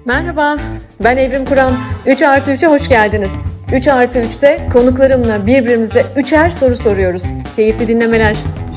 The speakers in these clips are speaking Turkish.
Merhaba, ben Evrim Kur'an. 3 artı 3'e hoş geldiniz. 3 artı 3'te konuklarımla birbirimize üçer soru soruyoruz. Keyifli dinlemeler.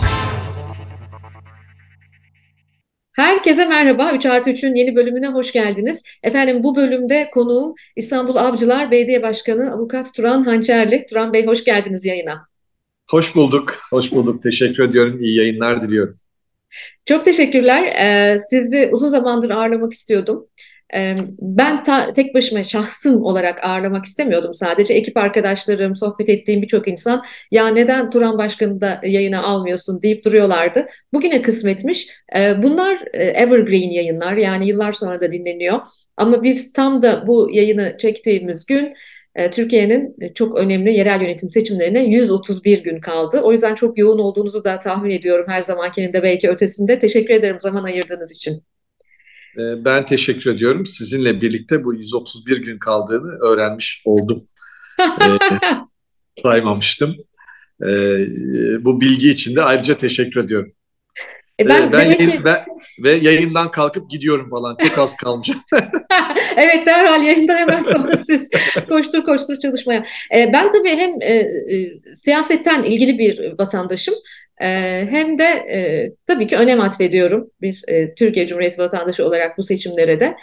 Herkese merhaba. 3 artı 3'ün yeni bölümüne hoş geldiniz. Efendim bu bölümde konuğum İstanbul Avcılar Belediye Başkanı Avukat Turan Hançerli. Turan Bey hoş geldiniz yayına. Hoş bulduk, hoş bulduk. Teşekkür ediyorum. İyi yayınlar diliyorum. Çok teşekkürler. Sizi uzun zamandır ağırlamak istiyordum. Ben tek başıma şahsım olarak ağırlamak istemiyordum sadece. Ekip arkadaşlarım, sohbet ettiğim birçok insan ya neden Turan Başkan'ı da yayına almıyorsun deyip duruyorlardı. Bugüne kısmetmiş. Bunlar evergreen yayınlar, yani yıllar sonra da dinleniyor. Ama biz tam da bu yayını çektiğimiz gün Türkiye'nin çok önemli yerel yönetim seçimlerine 131 gün kaldı. O yüzden çok yoğun olduğunuzu da tahmin ediyorum, her zamankinin de belki ötesinde. Teşekkür ederim zaman ayırdığınız için. Ben teşekkür ediyorum. Sizinle birlikte bu 131 gün kaldığını öğrenmiş oldum. Ee, Saymamıştım. Bu bilgi için de ayrıca teşekkür ediyorum. Ben Ben demek ki yayından kalkıp gidiyorum falan. Çok az kalacak. evet, derhal yayından hemen sonra siz koştur koştur çalışmaya. Ben tabii hem siyasetten ilgili bir vatandaşım, e, hem de tabii ki önem atfediyorum bir Türkiye Cumhuriyeti vatandaşı olarak bu seçimlere de.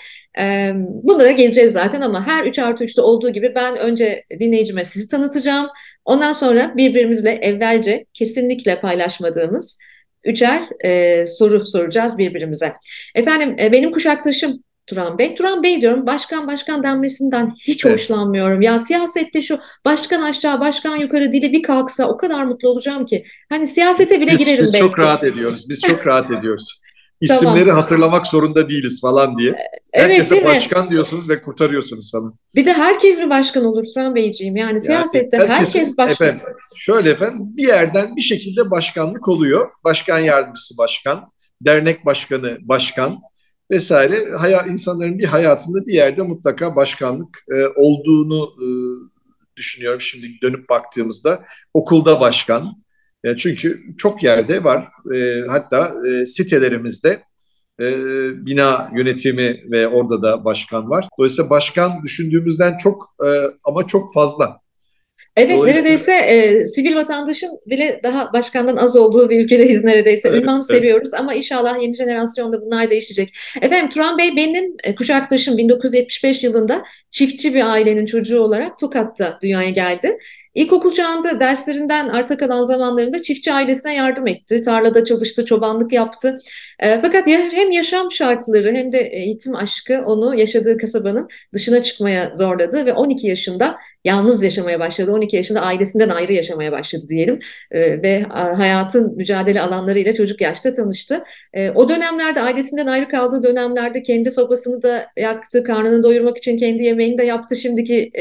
Bunlara geleceğiz zaten ama her 3 artı 3'te olduğu gibi ben önce dinleyicime sizi tanıtacağım. Ondan sonra birbirimizle evvelce kesinlikle paylaşmadığımız üçer soru soracağız birbirimize. Efendim, benim kuşaktaşım Turan Bey. Turan Bey diyorum, başkan başkan denmesinden hiç Evet. hoşlanmıyorum. Ya siyasette şu başkan aşağı başkan yukarı dili bir kalksa o kadar mutlu olacağım ki. Hani siyasete bile girerim Biz çok belki. rahat ediyoruz. Biz çok rahat ediyoruz. İsimleri Tamam. hatırlamak zorunda değiliz falan diye. Evet, değil Herkese mi? başkan diyorsunuz ve kurtarıyorsunuz falan. Bir de herkes mi başkan olur Turan Beyciğim? Yani Yani siyasette herkes herkesin başkan. efendim şöyle efendim bir yerden bir şekilde başkanlık oluyor. Başkan yardımcısı başkan, dernek başkanı başkan vesaire. İnsanların bir hayatında bir yerde mutlaka başkanlık olduğunu düşünüyorum şimdi dönüp baktığımızda. Okulda başkan. Çünkü çok yerde var. Hatta sitelerimizde e, bina yönetimi ve orada da başkan var. Dolayısıyla başkan düşündüğümüzden çok ama çok fazla. Evet, Dolayısıyla neredeyse sivil vatandaşın bile daha başkandan az olduğu bir ülkedeyiz neredeyse. evet, Ünvan evet. seviyoruz ama inşallah yeni jenerasyonda bunlar değişecek. Efendim, Turan Bey benim kuşaktaşım. 1975 yılında çiftçi bir ailenin çocuğu olarak Tokat'ta dünyaya geldi. İlkokul çağında derslerinden arta kalan zamanlarında çiftçi ailesine yardım etti. Tarlada çalıştı, çobanlık yaptı. Fakat hem yaşam şartları hem de eğitim aşkı onu yaşadığı kasabanın dışına çıkmaya zorladı ve 12 yaşında yalnız yaşamaya başladı. 12 yaşında ailesinden ayrı yaşamaya başladı diyelim. Ve hayatın mücadele alanlarıyla çocuk yaşta tanıştı. O dönemlerde, ailesinden ayrı kaldığı dönemlerde kendi sobasını da yaktı, karnını doyurmak için kendi yemeğini de yaptı. Şimdiki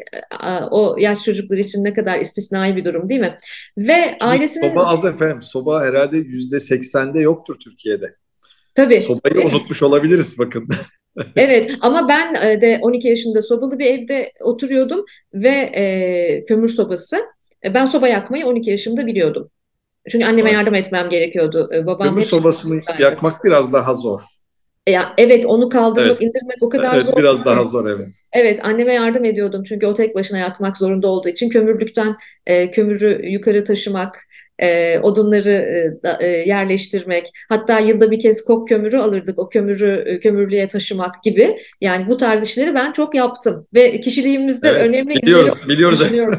o yaş çocuklar için ne kadar istisnai bir durum, değil mi? Ve Şimdi soba ailesinin az efendim. Soba herhalde %80'de yoktur Türkiye'de. tabii, Sobayı değil mi? unutmuş olabiliriz bakın. Evet, ama ben de 12 yaşında sobalı bir evde oturuyordum ve kömür sobası. Ben soba yakmayı 12 yaşımda biliyordum. Çünkü anneme yardım etmem gerekiyordu. Babam Kömür hep sobasını çalışıyordu. yakmak biraz daha zor. Ya evet, onu kaldırmak, Evet, indirmek o kadar evet zor biraz daha ki. zor evet. Evet, anneme yardım ediyordum çünkü o tek başına yakmak zorunda olduğu için kömürlükten kömürü yukarı taşımak, odunları yerleştirmek, hatta yılda bir kez kok kömürü alırdık, o kömürü kömürlüğe taşımak gibi. Yani bu tarz işleri ben çok yaptım ve kişiliğimizde Evet, önemli izleri biliyoruz, olduğunu biliyoruz. düşünüyorum.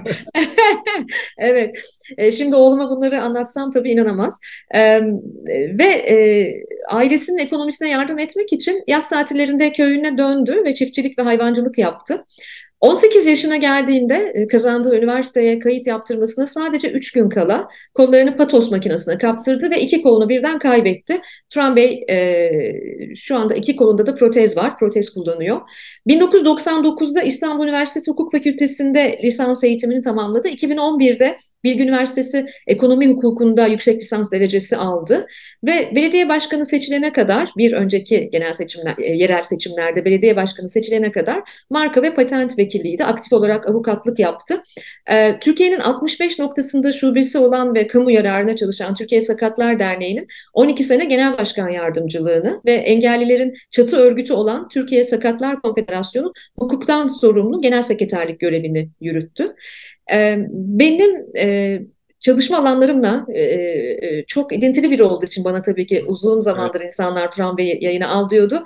Evet, şimdi oğluma bunları anlatsam tabii inanamaz. Ve ailesinin ekonomisine yardım etmek için yaz tatillerinde köyüne döndü ve çiftçilik ve hayvancılık yaptı. 18 yaşına geldiğinde kazandığı üniversiteye kayıt yaptırmasına sadece 3 gün kala kollarını patos makinesine kaptırdı ve iki kolunu birden kaybetti. Turan Bey şu anda iki kolunda da protez var, protez kullanıyor. 1999'da İstanbul Üniversitesi Hukuk Fakültesi'nde lisans eğitimini tamamladı. 2011'de Bilgi Üniversitesi Ekonomi Hukukunda yüksek lisans derecesi aldı ve belediye başkanı seçilene kadar, bir önceki genel seçimler, yerel seçimlerde belediye başkanı seçilene kadar marka ve patent vekilliği de aktif olarak avukatlık yaptı. Türkiye'nin 65 noktasında şubesi olan ve kamu yararına çalışan Türkiye Sakatlar Derneği'nin 12 sene genel başkan yardımcılığını ve engellilerin çatı örgütü olan Türkiye Sakatlar Konfederasyonu hukuktan sorumlu genel sekreterlik görevini yürüttü. Benim çalışma alanlarımla çok identili biri olduğu için bana tabii ki uzun Evet. zamandır insanlar Turan Bey'i yayına al diyordu.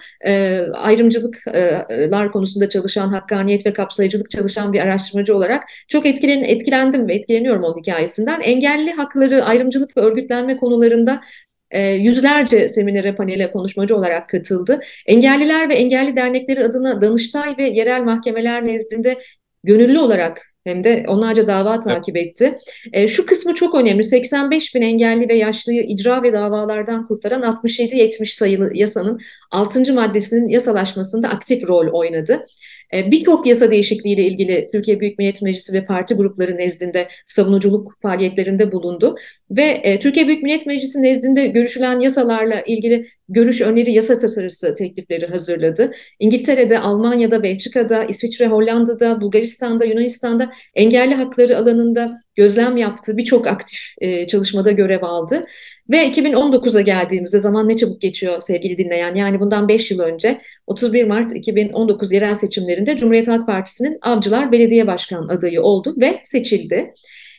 Ayrımcılıklar konusunda çalışan, hakkaniyet ve kapsayıcılık çalışan bir araştırmacı olarak çok etkilendim ve etkileniyorum onun hikayesinden. Engelli hakları, ayrımcılık ve örgütlenme konularında yüzlerce seminere, panele konuşmacı olarak katıldı. Engelliler ve engelli dernekleri adına Danıştay ve yerel mahkemeler nezdinde gönüllü olarak hem de onlarca dava Evet. takip etti. Şu kısmı çok önemli. 85 bin engelli ve yaşlıyı icra ve davalardan kurtaran 67-70 sayılı yasanın 6. maddesinin yasalaşmasında aktif rol oynadı. Birçok yasa değişikliğiyle ilgili Türkiye Büyük Millet Meclisi ve parti grupları nezdinde savunuculuk faaliyetlerinde bulundu. Ve Türkiye Büyük Millet Meclisi nezdinde görüşülen yasalarla ilgili görüş, öneri, yasa tasarısı teklifleri hazırladı. İngiltere'de, Almanya'da, Belçika'da, İsviçre, Hollanda'da, Bulgaristan'da, Yunanistan'da engelli hakları alanında gözlem yaptı. Birçok aktif çalışmada görev aldı. Ve 2019'a geldiğimizde zaman ne çabuk geçiyor sevgili dinleyen. Yani bundan 5 yıl önce 31 Mart 2019 yerel seçimlerinde Cumhuriyet Halk Partisi'nin Avcılar Belediye Başkan adayı oldu ve seçildi.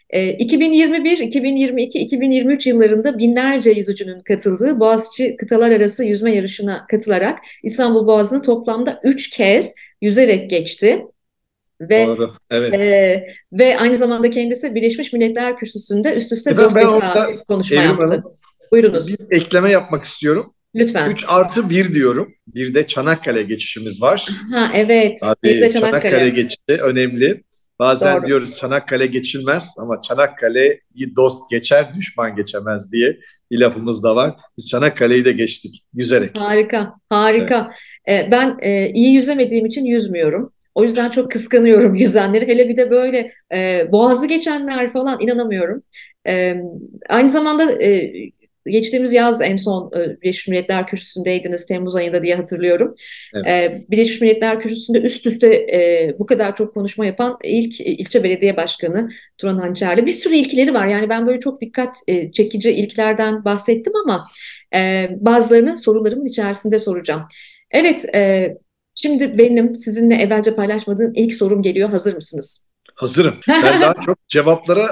2021, 2022, 2023 yıllarında binlerce yüzücünün katıldığı Boğaziçi Kıtalar Arası Yüzme Yarışı'na katılarak İstanbul Boğazı'nı toplamda 3 kez yüzerek geçti. Ve Doğru. Evet. aynı zamanda kendisi Birleşmiş Milletler Kürsüsü'nde üst üste Efendim 4 ben defa orada konuşma Evrim yaptı. Hanım Buyurunuz, bir ekleme yapmak istiyorum. lütfen. 3+1 diyorum. Bir de Çanakkale geçişimiz var. Ha, evet, bir de Abi Çanakkale Çanakkale. geçişi önemli. Bazen Doğru. diyoruz Çanakkale geçilmez ama Çanakkale'yi dost geçer, düşman geçemez diye bir lafımız da var. Biz Çanakkale'yi de geçtik yüzerek. Harika, Evet. harika. Ben iyi yüzemediğim için yüzmüyorum. O yüzden çok kıskanıyorum yüzenleri. Hele bir de böyle boğazı geçenler falan inanamıyorum. E, Aynı zamanda geçtiğimiz yaz en son Birleşmiş Milletler Kürsüsü'ndeydiniz Temmuz ayında diye hatırlıyorum. Evet. Birleşmiş Milletler Kürsüsü'nde üst üste bu kadar çok konuşma yapan ilk ilçe belediye başkanı Turan Hançerli. Bir sürü ilkeleri var. Yani ben böyle çok dikkat çekici ilkelerden bahsettim ama bazılarını sorularımın içerisinde soracağım. Evet, şimdi benim sizinle evvelce paylaşmadığım ilk sorum geliyor. Hazır mısınız? Hazırım. Ben daha çok cevaplara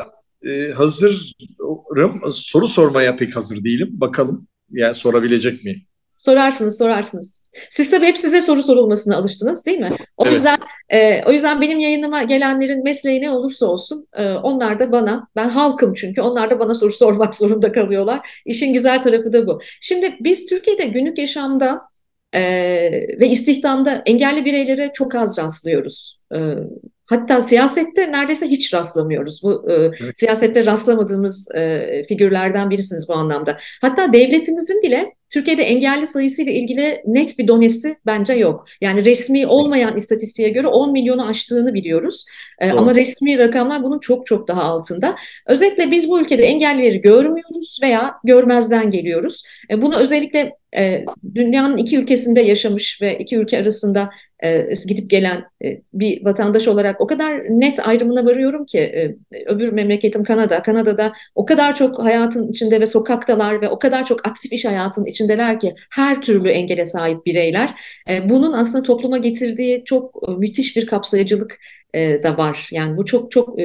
hazırım. Soru sormaya pek hazır değilim. Bakalım yani sorabilecek miyim? Sorarsınız, sorarsınız. Siz tabii hep size soru sorulmasına alıştınız, değil mi? Evet. O yüzden benim yayınıma gelenlerin mesleği ne olursa olsun, onlar da bana, ben halkım çünkü, onlar da bana soru sormak zorunda kalıyorlar. İşin güzel tarafı da bu. Şimdi biz Türkiye'de günlük yaşamda e, ve istihdamda engelli bireylere çok az rastlıyoruz. Hatta siyasette neredeyse hiç rastlamıyoruz. Evet. Siyasette rastlamadığımız figürlerden birisiniz bu anlamda. Hatta devletimizin bile Türkiye'de engelli sayısıyla ilgili net bir donesi bence yok. Yani resmi olmayan istatistiğe göre 10 milyonu aştığını biliyoruz. Ama Doğru. resmi rakamlar bunun çok çok daha altında. Özellikle biz bu ülkede engellileri görmüyoruz veya görmezden geliyoruz. Bunu özellikle dünyanın iki ülkesinde yaşamış ve iki ülke arasında gidip gelen bir vatandaş olarak o kadar net ayrımına varıyorum ki öbür memleketim Kanada. Kanada'da o kadar çok hayatın içinde ve sokaktalar ve o kadar çok aktif iş hayatının içindeler ki her türlü engele sahip bireyler. Bunun aslında topluma getirdiği çok müthiş bir kapsayıcılık da var. Yani bu çok çok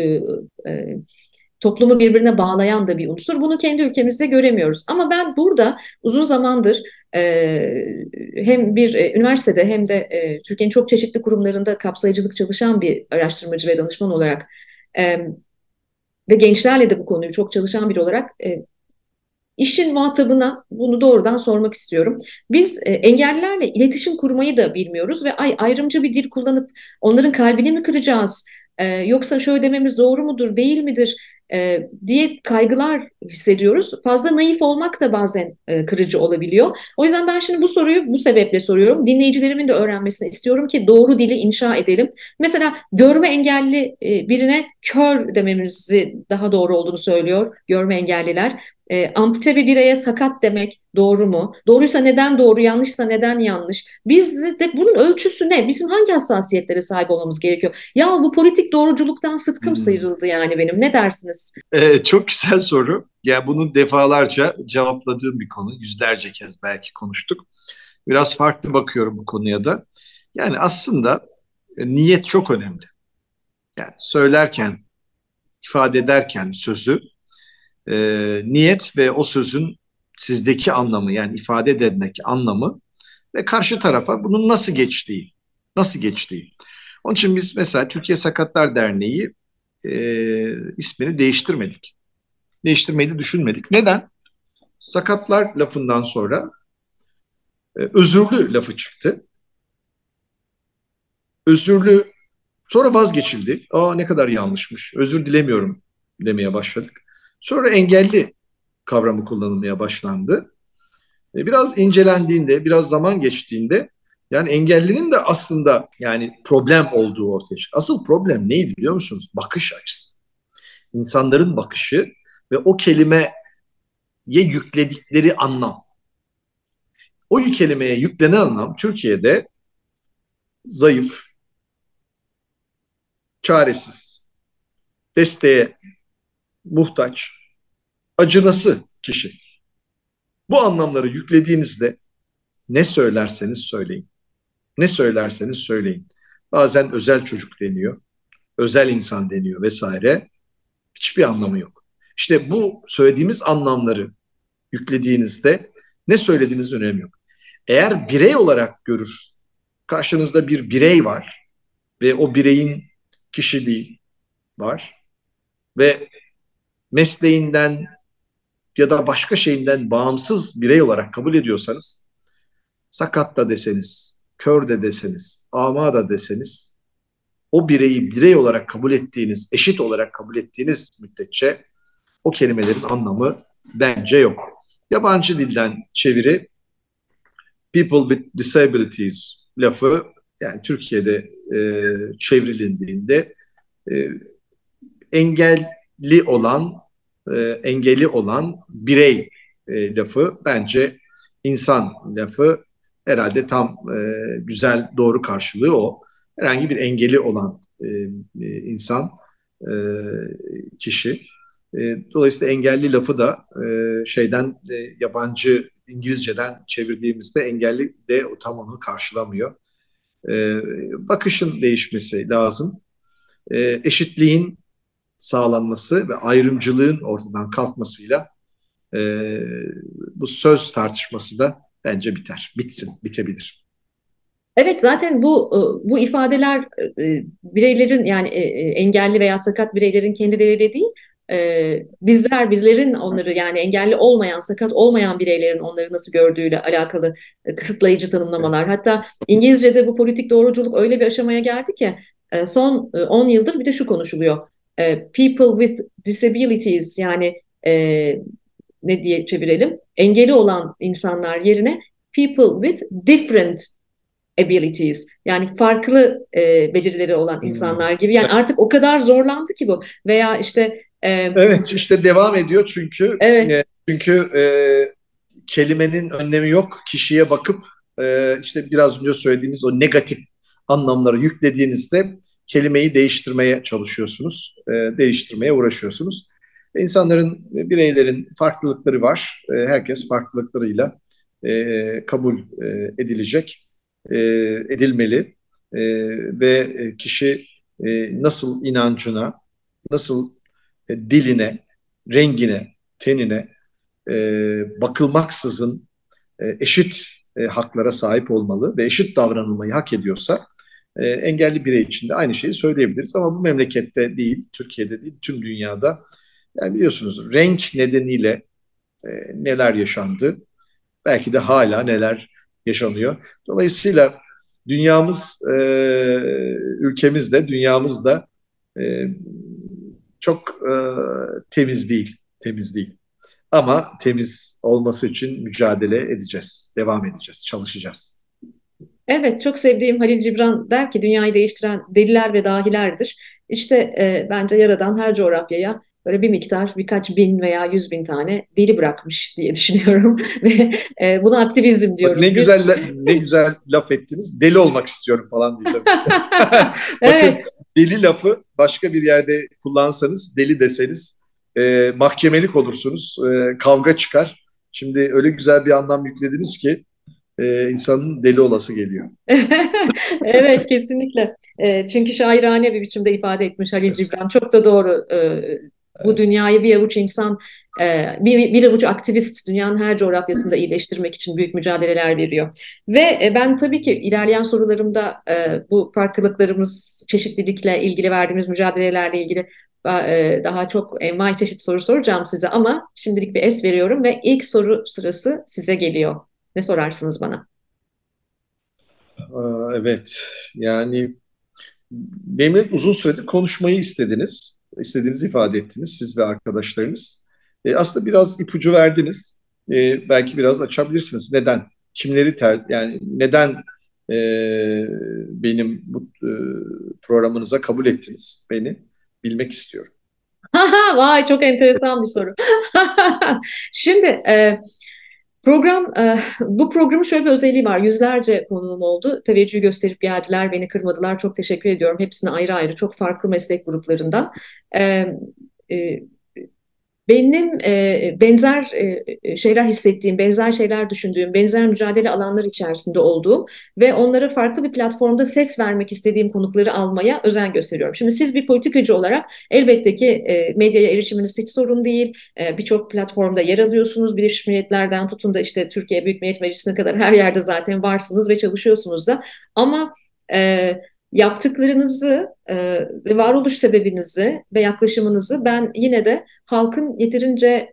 toplumu birbirine bağlayan da bir unsur. Bunu kendi ülkemizde göremiyoruz. Ama ben burada uzun zamandır hem bir üniversitede hem de Türkiye'nin çok çeşitli kurumlarında kapsayıcılık çalışan bir araştırmacı ve danışman olarak ve gençlerle de bu konuyu çok çalışan biri olarak işin muhatabına bunu doğrudan sormak istiyorum. Biz engellilerle iletişim kurmayı da bilmiyoruz ve ayrımcı bir dil kullanıp onların kalbini mi kıracağız? Yoksa şöyle dememiz doğru mudur, değil midir? Diye kaygılar hissediyoruz. Fazla naif olmak da bazen kırıcı olabiliyor. O yüzden ben şimdi bu soruyu bu sebeple soruyorum. Dinleyicilerimin de öğrenmesini istiyorum ki doğru dili inşa edelim. Mesela görme engelli birine kör dememizi daha doğru olduğunu söylüyor görme engelliler. Ampute bir bireye sakat demek doğru mu? Doğruysa neden doğru, yanlışsa neden yanlış? Biz de bunun ölçüsü ne? Bizim hangi hassasiyetlere sahip olmamız gerekiyor? Ya bu politik doğruculuktan sıtkım Hmm. sıyrıldı yani benim. Ne dersiniz? Çok güzel soru. Ya bunu defalarca cevapladığım bir konu. Yüzlerce kez belki konuştuk. Biraz farklı bakıyorum bu konuya da. Yani aslında niyet çok önemli. Yani söylerken, ifade ederken sözü, niyet ve o sözün sizdeki anlamı, yani ifade edildeki anlamı ve karşı tarafa bunun nasıl geçtiği. Onun için biz mesela Türkiye Sakatlar Derneği ismini değiştirmedik. Değiştirmeyi de düşünmedik. Neden? Sakatlar lafından sonra özürlü lafı çıktı. Özürlü sonra vazgeçildi. Aa ne kadar yanlışmış. Özür dilemiyorum demeye başladık. Sonra engelli kavramı kullanılmaya başlandı. Biraz incelendiğinde, biraz zaman geçtiğinde yani engellinin de aslında yani problem olduğu ortaya çıktı. Asıl problem neydi biliyor musunuz? Bakış açısı. İnsanların bakışı ve o kelimeye yükledikleri anlam. O kelimeye yüklenen anlam Türkiye'de zayıf, çaresiz, desteğe muhtaç, acınası kişi. Bu anlamları yüklediğinizde ne söylerseniz söyleyin. Ne söylerseniz söyleyin. Bazen özel çocuk deniyor, özel insan deniyor vesaire. Hiçbir anlamı yok. İşte bu söylediğimiz anlamları yüklediğinizde ne söylediğiniz önemi yok. Eğer birey olarak görür, karşınızda bir birey var ve o bireyin kişiliği var ve mesleğinden ya da başka şeyinden bağımsız birey olarak kabul ediyorsanız, sakat da deseniz, kör de deseniz, ama da deseniz, o bireyi birey olarak kabul ettiğiniz, eşit olarak kabul ettiğiniz müddetçe o kelimelerin anlamı bence yok. Yabancı dilden çeviri people with disabilities lafı yani Türkiye'de çevrilindiğinde e, engelli olan engeli olan birey lafı bence insan lafı herhalde tam güzel doğru karşılığı o. Herhangi bir engeli olan insan e, kişi. Dolayısıyla engelli lafı da şeyden yabancı İngilizceden çevirdiğimizde engelli de tam onu karşılamıyor. Bakışın değişmesi lazım. Eşitliğin sağlanması ve ayrımcılığın ortadan kalkmasıyla e, bu söz tartışması da bence bitsin, bitebilir. Evet zaten bu ifadeler bireylerin yani engelli veya sakat bireylerin kendileriyle değil bizlerin onları yani engelli olmayan sakat olmayan bireylerin onları nasıl gördüğüyle alakalı kısıtlayıcı tanımlamalar. Hatta İngilizce'de bu politik doğruculuk öyle bir aşamaya geldi ki son 10 yıldır bir de şu konuşuluyor. People with disabilities yani ne diye çevirelim? Engeli olan insanlar yerine people with different abilities yani farklı becerileri olan insanlar Hmm. gibi yani artık o kadar zorlandı ki bu veya işte Evet, işte devam ediyor evet çünkü kelimenin önemi yok. Kişiye bakıp işte biraz önce söylediğimiz o negatif anlamları yüklediğinizde kelimeyi değiştirmeye çalışıyorsunuz, değiştirmeye uğraşıyorsunuz. İnsanların, bireylerin farklılıkları var. Herkes farklılıklarıyla kabul edilecek, e, edilmeli e, ve kişi nasıl inancına, nasıl diline, rengine, tenine bakılmaksızın eşit haklara sahip olmalı ve eşit davranılmayı hak ediyorsa engelli birey için de aynı şeyi söyleyebiliriz. Ama bu memlekette değil, Türkiye'de değil, tüm dünyada yani biliyorsunuz renk nedeniyle neler yaşandı, belki de hala neler yaşanıyor. Dolayısıyla dünyamız, ülkemiz de, dünyamız da e, çok temiz değil, temiz değil. Ama temiz olması için mücadele edeceğiz, devam edeceğiz, çalışacağız. Evet, çok sevdiğim Halil Cibran der ki dünyayı değiştiren deliler ve dahilerdir. İşte bence Yaradan her coğrafyaya böyle bir miktar, birkaç bin veya 100 bin tane deli bırakmış diye düşünüyorum. Ve buna aktivizm Bak ne diyoruz biz. güzel ne güzel laf ettiniz. Deli olmak istiyorum falan diyeceğim. Bakın Evet. deli lafı başka bir yerde kullansanız, deli deseniz mahkemelik olursunuz, kavga çıkar. Şimdi öyle güzel bir anlam yüklediniz ki insanın deli olası geliyor. Evet, kesinlikle. Çünkü şairane bir biçimde ifade etmiş Halil Evet, Cibran. Çok da doğru. Bu evet. dünyayı bir avuç insan, bir avuç aktivist dünyanın her coğrafyasında iyileştirmek için büyük mücadeleler veriyor. Ve ben tabii ki ilerleyen sorularımda bu farklılıklarımız, çeşitlilikle ilgili verdiğimiz mücadelelerle ilgili daha çok envai çeşit soru soracağım size. Ama şimdilik bir es veriyorum ve ilk soru sırası size geliyor. Ne sorarsınız bana? Evet, yani benimle uzun süredir konuşmayı istediniz. İstediğinizi ifade ettiniz siz ve arkadaşlarınız. Aslında biraz ipucu verdiniz. Belki biraz açabilirsiniz. Neden? Yani neden e, benim bu programınıza kabul ettiniz beni? Bilmek istiyorum. Vay, çok enteresan bir soru. Şimdi bu programın şöyle bir özelliği var. Yüzlerce konuğum oldu. Teveccüh gösterip geldiler, beni kırmadılar. Çok teşekkür ediyorum. Hepsine ayrı ayrı, çok farklı meslek gruplarından. E, e, Benim benzer şeyler hissettiğim, benzer şeyler düşündüğüm, benzer mücadele alanları içerisinde olduğum ve onlara farklı bir platformda ses vermek istediğim konukları almaya özen gösteriyorum. Şimdi siz bir politikacı olarak elbette ki medyaya erişiminiz hiç sorun değil. Birçok platformda yer alıyorsunuz. Birleşmiş Milletler'den tutun da işte Türkiye Büyük Millet Meclisi'ne kadar her yerde zaten varsınız ve çalışıyorsunuz da. Ama e, yaptıklarınızı ve varoluş sebebinizi ve yaklaşımınızı ben yine de halkın yeterince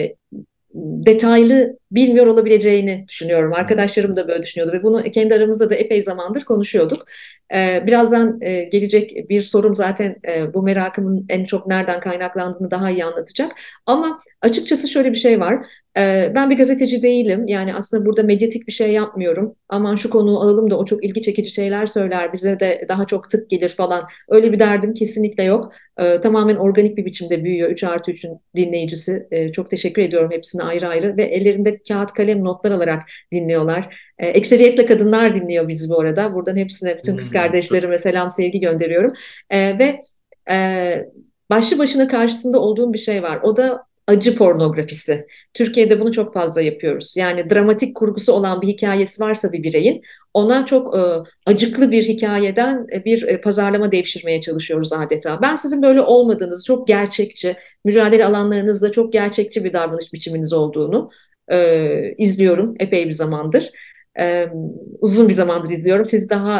detaylı bilmiyor olabileceğini düşünüyorum. Arkadaşlarım da böyle düşünüyordu ve bunu kendi aramızda da epey zamandır konuşuyorduk. Birazdan gelecek bir sorum zaten bu merakımın en çok nereden kaynaklandığını daha iyi anlatacak. Ama açıkçası şöyle bir şey var. Ben bir gazeteci değilim. Yani aslında burada medyatik bir şey yapmıyorum. Aman şu konuyu alalım da o çok ilgi çekici şeyler söyler, bize de daha çok tık gelir falan. Öyle bir derdim kesinlikle yok. Tamamen organik bir biçimde büyüyor 3+3'ün dinleyicisi. Çok teşekkür ediyorum hepsine ayrı ayrı ve ellerinde kağıt kalem notlar alarak dinliyorlar. Ekseriyetle kadınlar dinliyor bizi bu arada. Buradan hepsine, bütün kız Çok kardeşlerime selam, sevgi gönderiyorum. Ve e, başlı başına karşısında olduğum bir şey var. O da acı pornografisi. Türkiye'de bunu çok fazla yapıyoruz. Yani dramatik kurgusu olan bir hikayesi varsa bir bireyin ona çok acıklı bir hikayeden bir pazarlama devşirmeye çalışıyoruz adeta. Ben sizin böyle olmadığınızı, çok gerçekçi, mücadele alanlarınızda çok gerçekçi bir davranış biçiminiz olduğunu izliyorum epey bir zamandır. E, Uzun bir zamandır izliyorum. Siz daha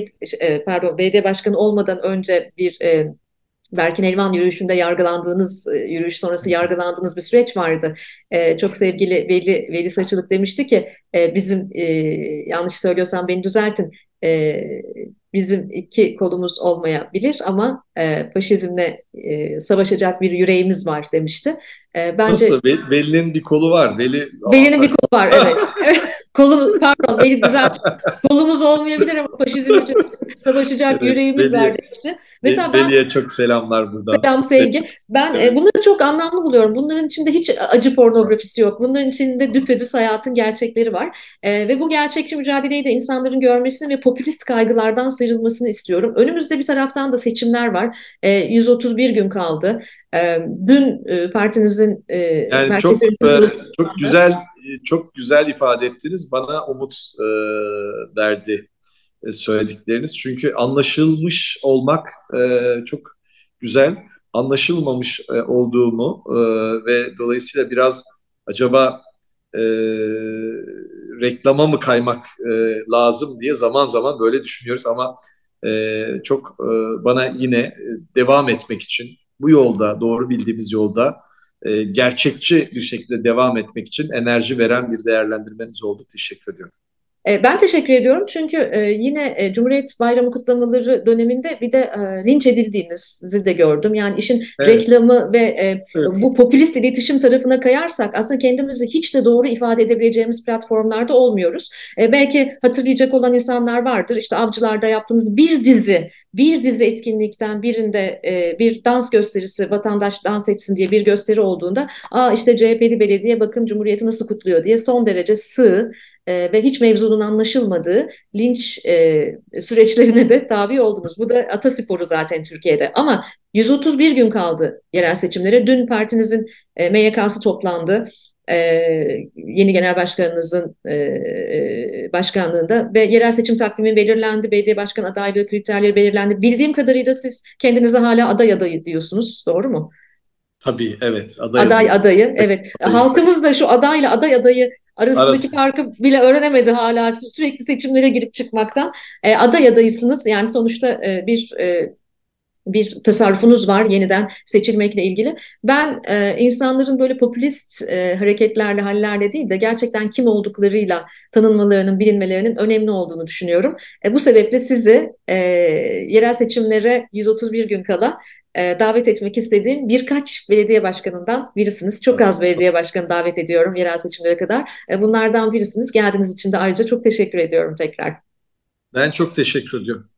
BD Başkanı olmadan önce bir Berkin Elvan yürüyüşünde yargılandığınız, yürüyüş sonrası yargılandığınız bir süreç vardı. Çok sevgili Veli Saçılık demişti ki bizim, yanlış söylüyorsam beni düzeltin, e, bizim iki kolumuz olmayabilir ama faşizmle savaşacak bir yüreğimiz var demişti. Bence nasıl? Veli'nin bir kolu var. Veli aman Veli'nin bir saç. kolu var, evet. Pardon, Veli düzelt. Kolumuz olmayabilir ama faşizmle savaşacak Evet, yüreğimiz var demişti. Mesela ben Veli'ye çok selamlar buradan. selam, sevgi. Ben Evet. bunları çok anlamlı buluyorum. Bunların içinde hiç acı pornografisi yok. Bunların içinde düpedüz hayatın gerçekleri var. Ve bu gerçekçi mücadeleyi de insanların görmesini ve popülist kaygılardan sıyrılmasını istiyorum. Önümüzde bir taraftan da seçimler var. 131 gün kaldı. Dün partinizin Yani merkezi çok yönetim kurulu çok toplandı. güzel çok güzel ifade ettiniz. Bana umut verdi söyledikleriniz. Çünkü anlaşılmış olmak çok güzel. Anlaşılmamış olduğumu ve dolayısıyla biraz acaba e, reklama mı kaymak lazım diye zaman zaman böyle düşünüyoruz ama çok bana yine devam etmek için bu yolda, doğru bildiğimiz yolda gerçekçi bir şekilde devam etmek için enerji veren bir değerlendirmeniz oldu. Teşekkür ediyorum. Ben teşekkür ediyorum çünkü yine Cumhuriyet Bayramı kutlamaları döneminde bir de linç edildiğinizi de gördüm. Yani işin Evet, reklamı ve evet. bu popülist iletişim tarafına kayarsak aslında kendimizi hiç de doğru ifade edebileceğimiz platformlarda olmuyoruz. Belki hatırlayacak olan insanlar vardır. İşte Avcılar'da yaptığınız bir dizi etkinlikten birinde bir dans gösterisi, vatandaş dans etsin diye bir gösteri olduğunda, işte CHP'li belediye bakın Cumhuriyeti nasıl kutluyor diye son derece sığ ve hiç mevzunun anlaşılmadığı linç süreçlerine de tabi oldunuz. Bu da atasporu zaten Türkiye'de. Ama 131 gün kaldı yerel seçimlere. Dün partinizin MYK'sı toplandı. E, Yeni genel başkanınızın başkanlığında ve yerel seçim takvimi belirlendi. Belediye başkan adaylığı kriterleri belirlendi. Bildiğim kadarıyla siz kendinize hala aday adayı diyorsunuz. Doğru mu? Tabii, evet. Aday Aday adayım. adayı, evet. Adayız. Halkımız da şu adayla aday adayı arasındaki Arası. farkı bile öğrenemedi hala, sürekli seçimlere girip çıkmaktan. Aday adayısınız yani sonuçta bir tasarrufunuz var yeniden seçilmekle ilgili. Ben insanların böyle popülist hareketlerle, hallerle değil de gerçekten kim olduklarıyla tanınmalarının, bilinmelerinin önemli olduğunu düşünüyorum. Bu sebeple sizi yerel seçimlere 131 gün kala davet etmek istediğim birkaç belediye başkanından birisiniz. Çok az belediye başkanı davet ediyorum yerel seçimlere kadar. Bunlardan birisiniz. Geldiğiniz için de ayrıca çok teşekkür ediyorum tekrar. Ben çok teşekkür ediyorum.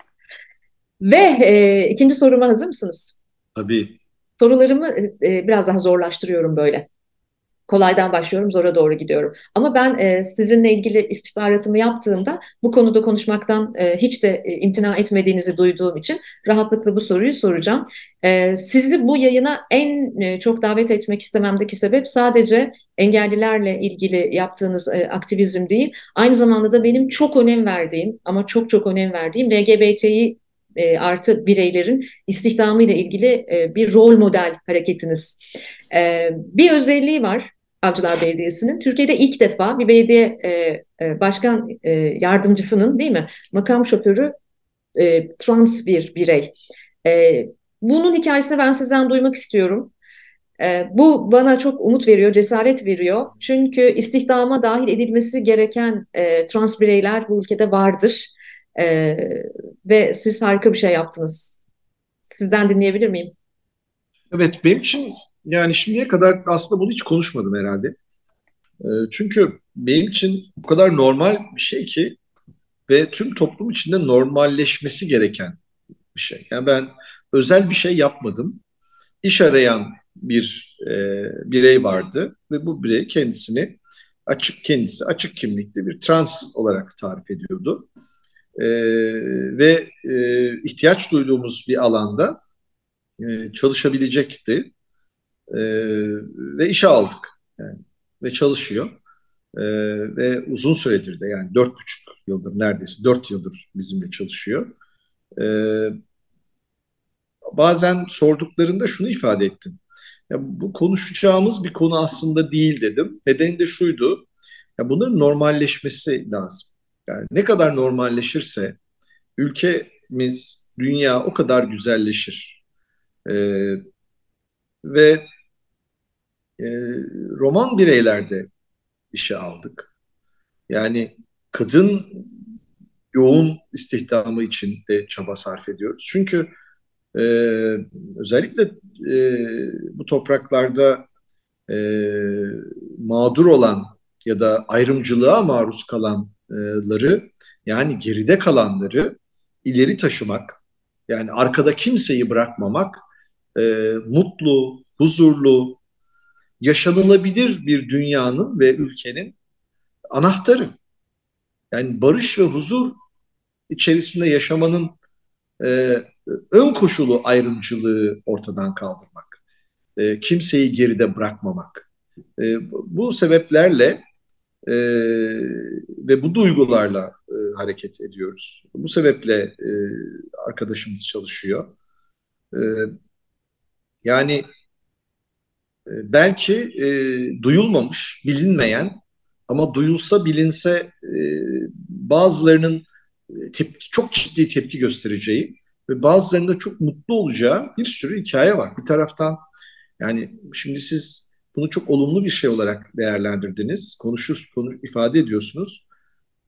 Ve ikinci soruma hazır mısınız? Tabii. Sorularımı biraz daha zorlaştırıyorum böyle. Kolaydan başlıyorum, zora doğru gidiyorum. Ama ben sizinle ilgili istihbaratımı yaptığımda bu konuda konuşmaktan hiç de imtina etmediğinizi duyduğum için rahatlıkla bu soruyu soracağım. Sizi bu yayına en çok davet etmek istememdeki sebep sadece engellilerle ilgili yaptığınız aktivizm değil, aynı zamanda da benim çok önem verdiğim ama çok çok önem verdiğim LGBTİ artı bireylerin istihdamı ile ilgili bir rol model hareketiniz. Bir özelliği var Avcılar Belediyesi'nin. Türkiye'de ilk defa bir belediye başkan yardımcısının, değil mi, makam şoförü trans bir birey. E, Bunun hikayesini ben sizden duymak istiyorum. Bu bana çok umut veriyor, cesaret veriyor. Çünkü istihdama dahil edilmesi gereken trans bireyler bu ülkede vardır. E, Ve siz harika bir şey yaptınız. Sizden dinleyebilir miyim? Evet, benim için yani şimdiye kadar aslında bunu hiç konuşmadım herhalde. Çünkü benim için bu kadar normal bir şey ki ve tüm toplum içinde normalleşmesi gereken bir şey. Yani ben özel bir şey yapmadım. İş arayan bir birey vardı ve bu birey kendisi açık kimlikli bir trans olarak tarif ediyordu. E, ve ihtiyaç duyduğumuz bir alanda çalışabilecekti. E, ve işe aldık. Yani, ve çalışıyor. E, ve uzun süredir de yani 4,5 yıldır, neredeyse 4 yıldır bizimle çalışıyor. E, bazen sorduklarında şunu ifade ettim. Ya bu konuşacağımız bir konu aslında değil dedim. Nedeni de şuydu. Ya bunların normalleşmesi lazım. Yani ne kadar normalleşirse ülkemiz, dünya o kadar güzelleşir. Ee, ve e, roman bireylerde işe aldık. Yani kadın yoğun istihdamı için de çaba sarf ediyoruz. Çünkü e, özellikle bu topraklarda e, mağdur olan ya da ayrımcılığa maruz kalanları, yani geride kalanları ileri taşımak, yani arkada kimseyi bırakmamak, mutlu, huzurlu, yaşanılabilir bir dünyanın ve ülkenin anahtarı. Yani barış ve huzur içerisinde yaşamanın e, ön koşulu ayrımcılığı ortadan kaldırmak, kimseyi geride bırakmamak. Bu sebeplerle e, ve bu duygularla hareket ediyoruz. Bu sebeple arkadaşımız çalışıyor. E, yani belki duyulmamış, bilinmeyen ama duyulsa bilinse bazılarının çok ciddi tepki göstereceği ve bazılarının da çok mutlu olacağı bir sürü hikaye var. Bir taraftan yani şimdi siz bunu çok olumlu bir şey olarak değerlendirdiniz, ifade ediyorsunuz.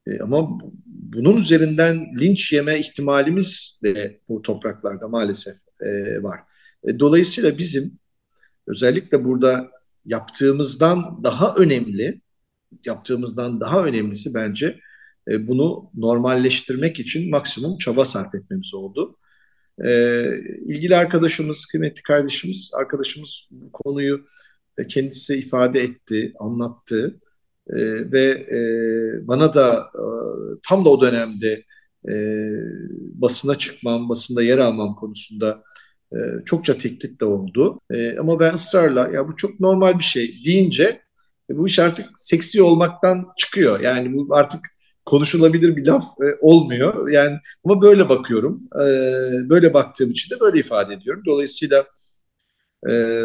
Ama bunun üzerinden linç yeme ihtimalimiz de bu topraklarda maalesef var. Dolayısıyla bizim özellikle burada yaptığımızdan daha önemli, yaptığımızdan daha önemlisi bence bunu normalleştirmek için maksimum çaba sarf etmemiz oldu. İlgili arkadaşımız, kıymetli kardeşimiz, arkadaşımız bu konuyu kendisi ifade etti, anlattı. Ve bana da tam da o dönemde e, basına çıkmam, basında yer almam konusunda çokça teklif de oldu. Ama ben ısrarla ya bu çok normal bir şey deyince bu iş artık seksi olmaktan çıkıyor. Yani bu artık konuşulabilir bir laf olmuyor. Yani ama böyle bakıyorum. Böyle baktığım için de böyle ifade ediyorum. Dolayısıyla e,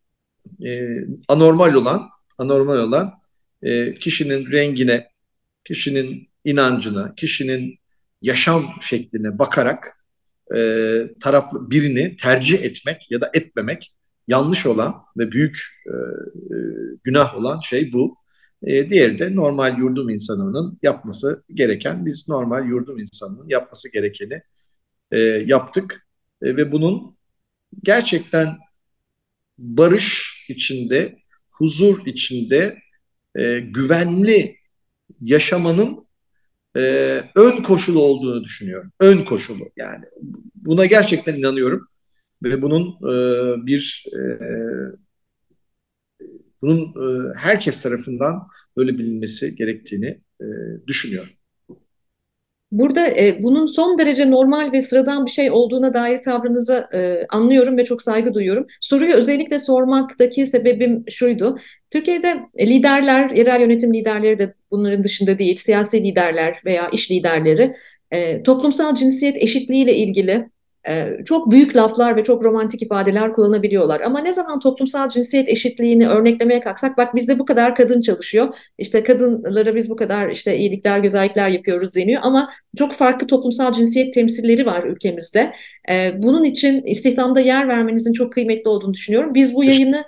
anormal olan kişinin rengine, kişinin inancına, kişinin yaşam şekline bakarak taraflı birini tercih etmek ya da etmemek yanlış olan ve büyük günah olan şey bu. Diğeri de normal yurdum insanının yapması gereken, biz normal yurdum insanının yapması gerekeni yaptık. Ve bunun gerçekten barış içinde, huzur içinde güvenli yaşamanın ön koşulu olduğunu düşünüyorum. Ön koşulu yani. Buna gerçekten inanıyorum ve bunun herkes tarafından böyle bilinmesi gerektiğini düşünüyorum. Burada bunun son derece normal ve sıradan bir şey olduğuna dair tavrınızı anlıyorum ve çok saygı duyuyorum. Soruyu özellikle sormaktaki sebebim şuydu. Türkiye'de liderler, yerel yönetim liderleri de bunların dışında değil, siyasi liderler veya iş liderleri toplumsal cinsiyet eşitliği ile ilgili çok büyük laflar ve çok romantik ifadeler kullanabiliyorlar. Ama ne zaman toplumsal cinsiyet eşitliğini örneklemeye kalksak, bak bizde bu kadar kadın çalışıyor, işte kadınlara biz bu kadar işte iyilikler, güzellikler yapıyoruz deniyor. Ama çok farklı toplumsal cinsiyet temsilleri var ülkemizde. Bunun için istihdamda yer vermenizin çok kıymetli olduğunu düşünüyorum. Biz bu yayını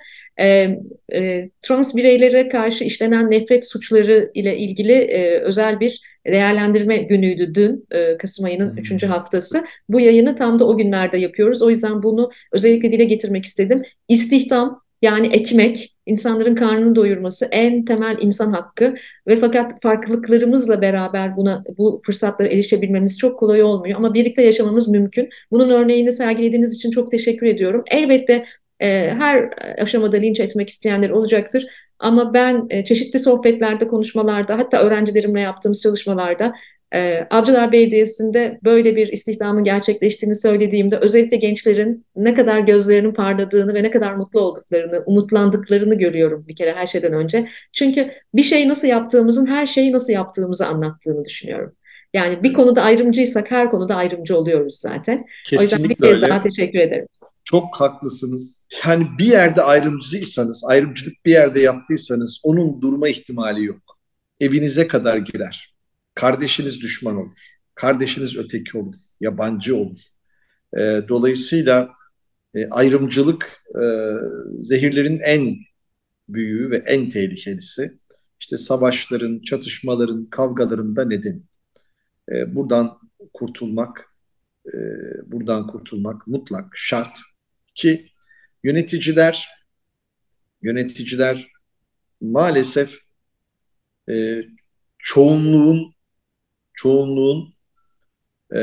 trans bireylere karşı işlenen nefret suçları ile ilgili özel bir değerlendirme günüydü dün, Kasım ayının 3. haftası. Bu yayını tam da o günlerde yapıyoruz. O yüzden bunu özellikle dile getirmek istedim. İstihdam, yani ekmek, insanların karnını doyurması en temel insan hakkı ve fakat farklılıklarımızla beraber bu fırsatlara erişebilmemiz çok kolay olmuyor ama birlikte yaşamamız mümkün. Bunun örneğini sergilediğiniz için çok teşekkür ediyorum. Elbette her aşamada linç etmek isteyenler olacaktır. Ama ben çeşitli sohbetlerde, konuşmalarda, hatta öğrencilerimle yaptığımız çalışmalarda Avcılar Belediyesi'nde böyle bir istihdamın gerçekleştiğini söylediğimde özellikle gençlerin ne kadar gözlerinin parladığını ve ne kadar mutlu olduklarını, umutlandıklarını görüyorum bir kere her şeyden önce. Çünkü bir şey nasıl yaptığımızın her şeyi nasıl yaptığımızı anlattığını düşünüyorum. Yani bir konuda ayrımcıysak her konuda ayrımcı oluyoruz zaten. O yüzden bir Kesinlikle kez daha öyle. teşekkür ederim. Çok haklısınız. Yani bir yerde ayrımcıysanız, ayrımcılık bir yerde yaptıysanız onun durma ihtimali yok. Evinize kadar girer. Kardeşiniz düşman olur. Kardeşiniz öteki olur. Yabancı olur. Dolayısıyla ayrımcılık zehirlerin en büyüğü ve en tehlikelisi. İşte savaşların, çatışmaların, kavgaların da nedeni. Buradan kurtulmak, e, buradan kurtulmak mutlak şart ki yöneticiler yöneticiler maalesef e, çoğunluğun çoğunluğun e,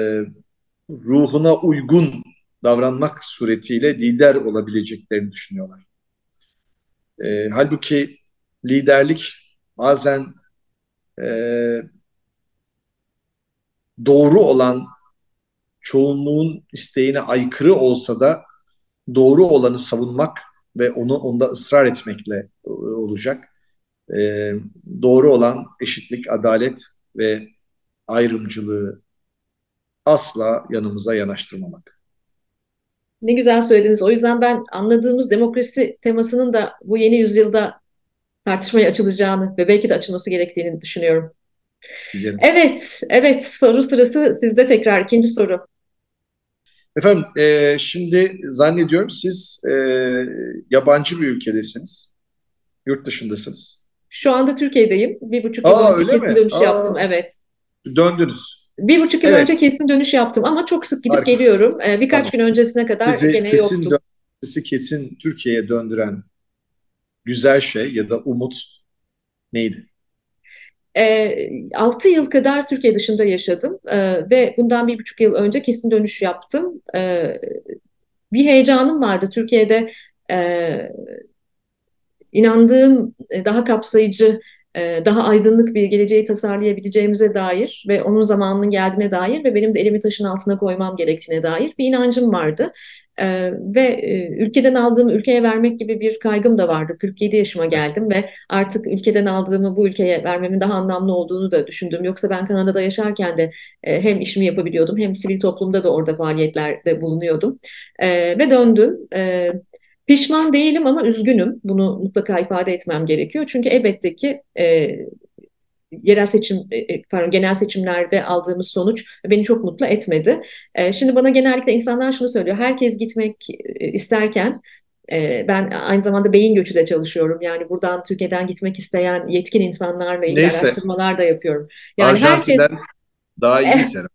ruhuna uygun davranmak suretiyle lider olabileceklerini düşünüyorlar. Halbuki liderlik bazen e, doğru olan çoğunluğun isteğine aykırı olsa da doğru olanı savunmak ve onda ısrar etmekle olacak. E, doğru olan eşitlik, adalet ve ayrımcılığı asla yanımıza yanaştırmamak. Ne güzel söylediniz. O yüzden ben anladığımız demokrasi temasının da bu yeni yüzyılda tartışmaya açılacağını ve belki de açılması gerektiğini düşünüyorum. Dilerim. Evet, evet, soru sırası sizde tekrar. İkinci soru. Efendim, şimdi zannediyorum siz yabancı bir ülkedesiniz, yurt dışındasınız. Şu anda Türkiye'deyim. 1,5 yıl Aa, önce öyle kesin mi? dönüş Aa, yaptım. Evet. döndünüz. 1,5 yıl önce Evet, kesin dönüş yaptım ama çok sık gidip harika. geliyorum. Birkaç Tamam. gün öncesine kadar Sizi gene kesin yoktum. sizi kesin Türkiye'ye döndüren güzel şey ya da umut neydi? 6 yıl kadar Türkiye dışında yaşadım ve bundan 1,5 yıl önce kesin dönüş yaptım. Bir heyecanım vardı Türkiye'de. e, inandığım daha kapsayıcı, daha aydınlık bir geleceği tasarlayabileceğimize dair ve onun zamanının geldiğine dair ve benim de elimi taşın altına koymam gerektiğine dair bir inancım vardı. Ülkeden aldığımı ülkeye vermek gibi bir kaygım da vardı. 47 yaşıma geldim ve artık ülkeden aldığımı bu ülkeye vermemin daha anlamlı olduğunu da düşündüm. Yoksa ben Kanada'da yaşarken de hem işimi yapabiliyordum hem sivil toplumda da orada faaliyetlerde bulunuyordum. Ve döndüm. Pişman değilim ama üzgünüm. Bunu mutlaka ifade etmem gerekiyor. Çünkü elbette ki genel seçimlerde aldığımız sonuç beni çok mutlu etmedi. Şimdi bana genellikle insanlar şunu söylüyor. Herkes gitmek isterken ben aynı zamanda beyin göçü de çalışıyorum. Yani buradan Türkiye'den gitmek isteyen yetkin insanlarla ilgili Neyse, araştırmalar da yapıyorum. Yani herkes Arjantin'den daha iyiyiz herhalde.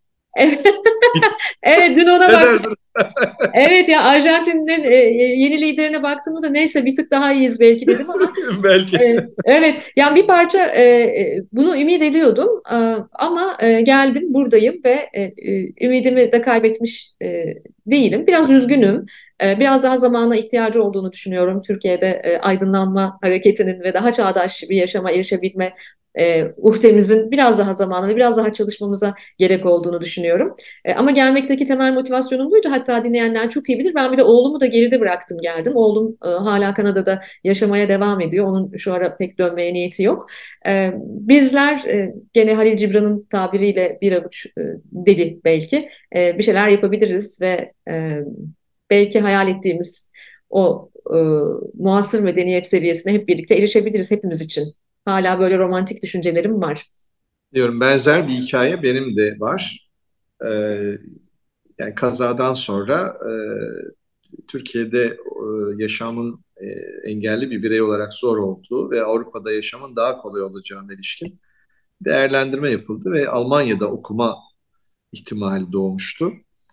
evet, dün ona Ne baktım. dersiniz? Evet ya, Arjantin'in yeni liderine baktığımda da neyse bir tık daha iyiyiz belki dedim ama Belki. evet, yani bir parça bunu ümit ediyordum. Ama geldim buradayım ve ümidimi de kaybetmiş değilim. Biraz üzgünüm. Biraz daha zamana ihtiyacı olduğunu düşünüyorum. Türkiye'de aydınlanma hareketinin ve daha çağdaş bir yaşama erişebilme uhtemizin biraz daha zamana ve biraz daha çalışmamıza gerek olduğunu düşünüyorum. Ama gelmekteki temel motivasyonum buydu. Hatta dinleyenler çok iyi bilir. Ben bir de oğlumu da geride bıraktım geldim. Oğlum hala Kanada'da yaşamaya devam ediyor. Onun şu ara pek dönmeye niyeti yok. Bizler gene Halil Cibran'ın tabiriyle bir avuç deli belki bir şeyler yapabiliriz ve belki hayal ettiğimiz o muasır medeniyet seviyesine hep birlikte erişebiliriz hepimiz için. Hala böyle romantik düşüncelerim var. Diyorum, benzer bir hikaye benim de var. Ee, Yani kazadan sonra Türkiye'de yaşamın engelli bir birey olarak zor olduğu ve Avrupa'da yaşamın daha kolay olacağına ilişkin değerlendirme yapıldı ve Almanya'da okuma ihtimali doğmuştu.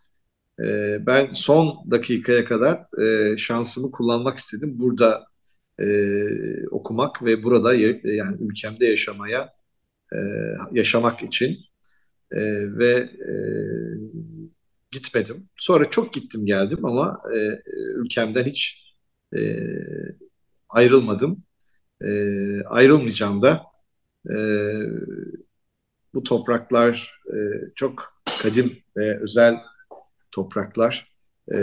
Ben son dakikaya kadar şansımı kullanmak istedim. Burada okumak ve burada yani ülkemde e, yaşamak için. Ve gitmedim. Sonra çok gittim geldim ama ülkemden hiç e, ayrılmadım. Ayrılmayacağım da. E, Bu topraklar çok kadim ve özel topraklar. E,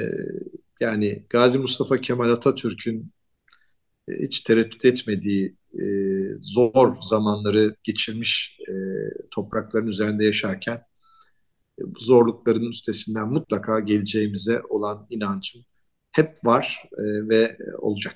Yani Gazi Mustafa Kemal Atatürk'ün hiç tereddüt etmediği zor zamanları geçirmiş toprakların üzerinde yaşarken bu zorlukların üstesinden mutlaka geleceğimize olan inancım hep var ve olacak.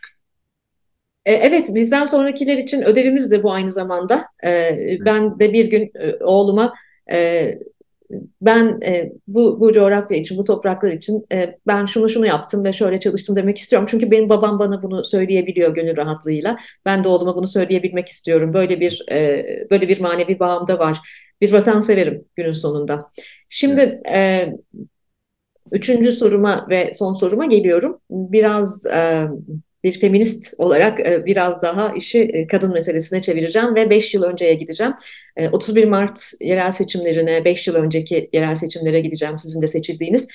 Evet, bizden sonrakiler için ödevimiz de bu aynı zamanda. Evet. Ben de bir gün oğluma e, ben bu coğrafya için, bu topraklar için ben şunu yaptım ve şöyle çalıştım demek istiyorum. Çünkü benim babam bana bunu söyleyebiliyor gönül rahatlığıyla. Ben de oğluma bunu söyleyebilmek istiyorum. Böyle bir manevi bağım da var. Bir vatanseverim günün sonunda. Evet. Şimdi üçüncü soruma ve son soruma geliyorum. Biraz bir feminist olarak biraz daha işi kadın meselesine çevireceğim ve 5 yıl önceye gideceğim. 31 Mart yerel seçimlerine, 5 yıl önceki yerel seçimlere gideceğim sizin de seçildiğiniz.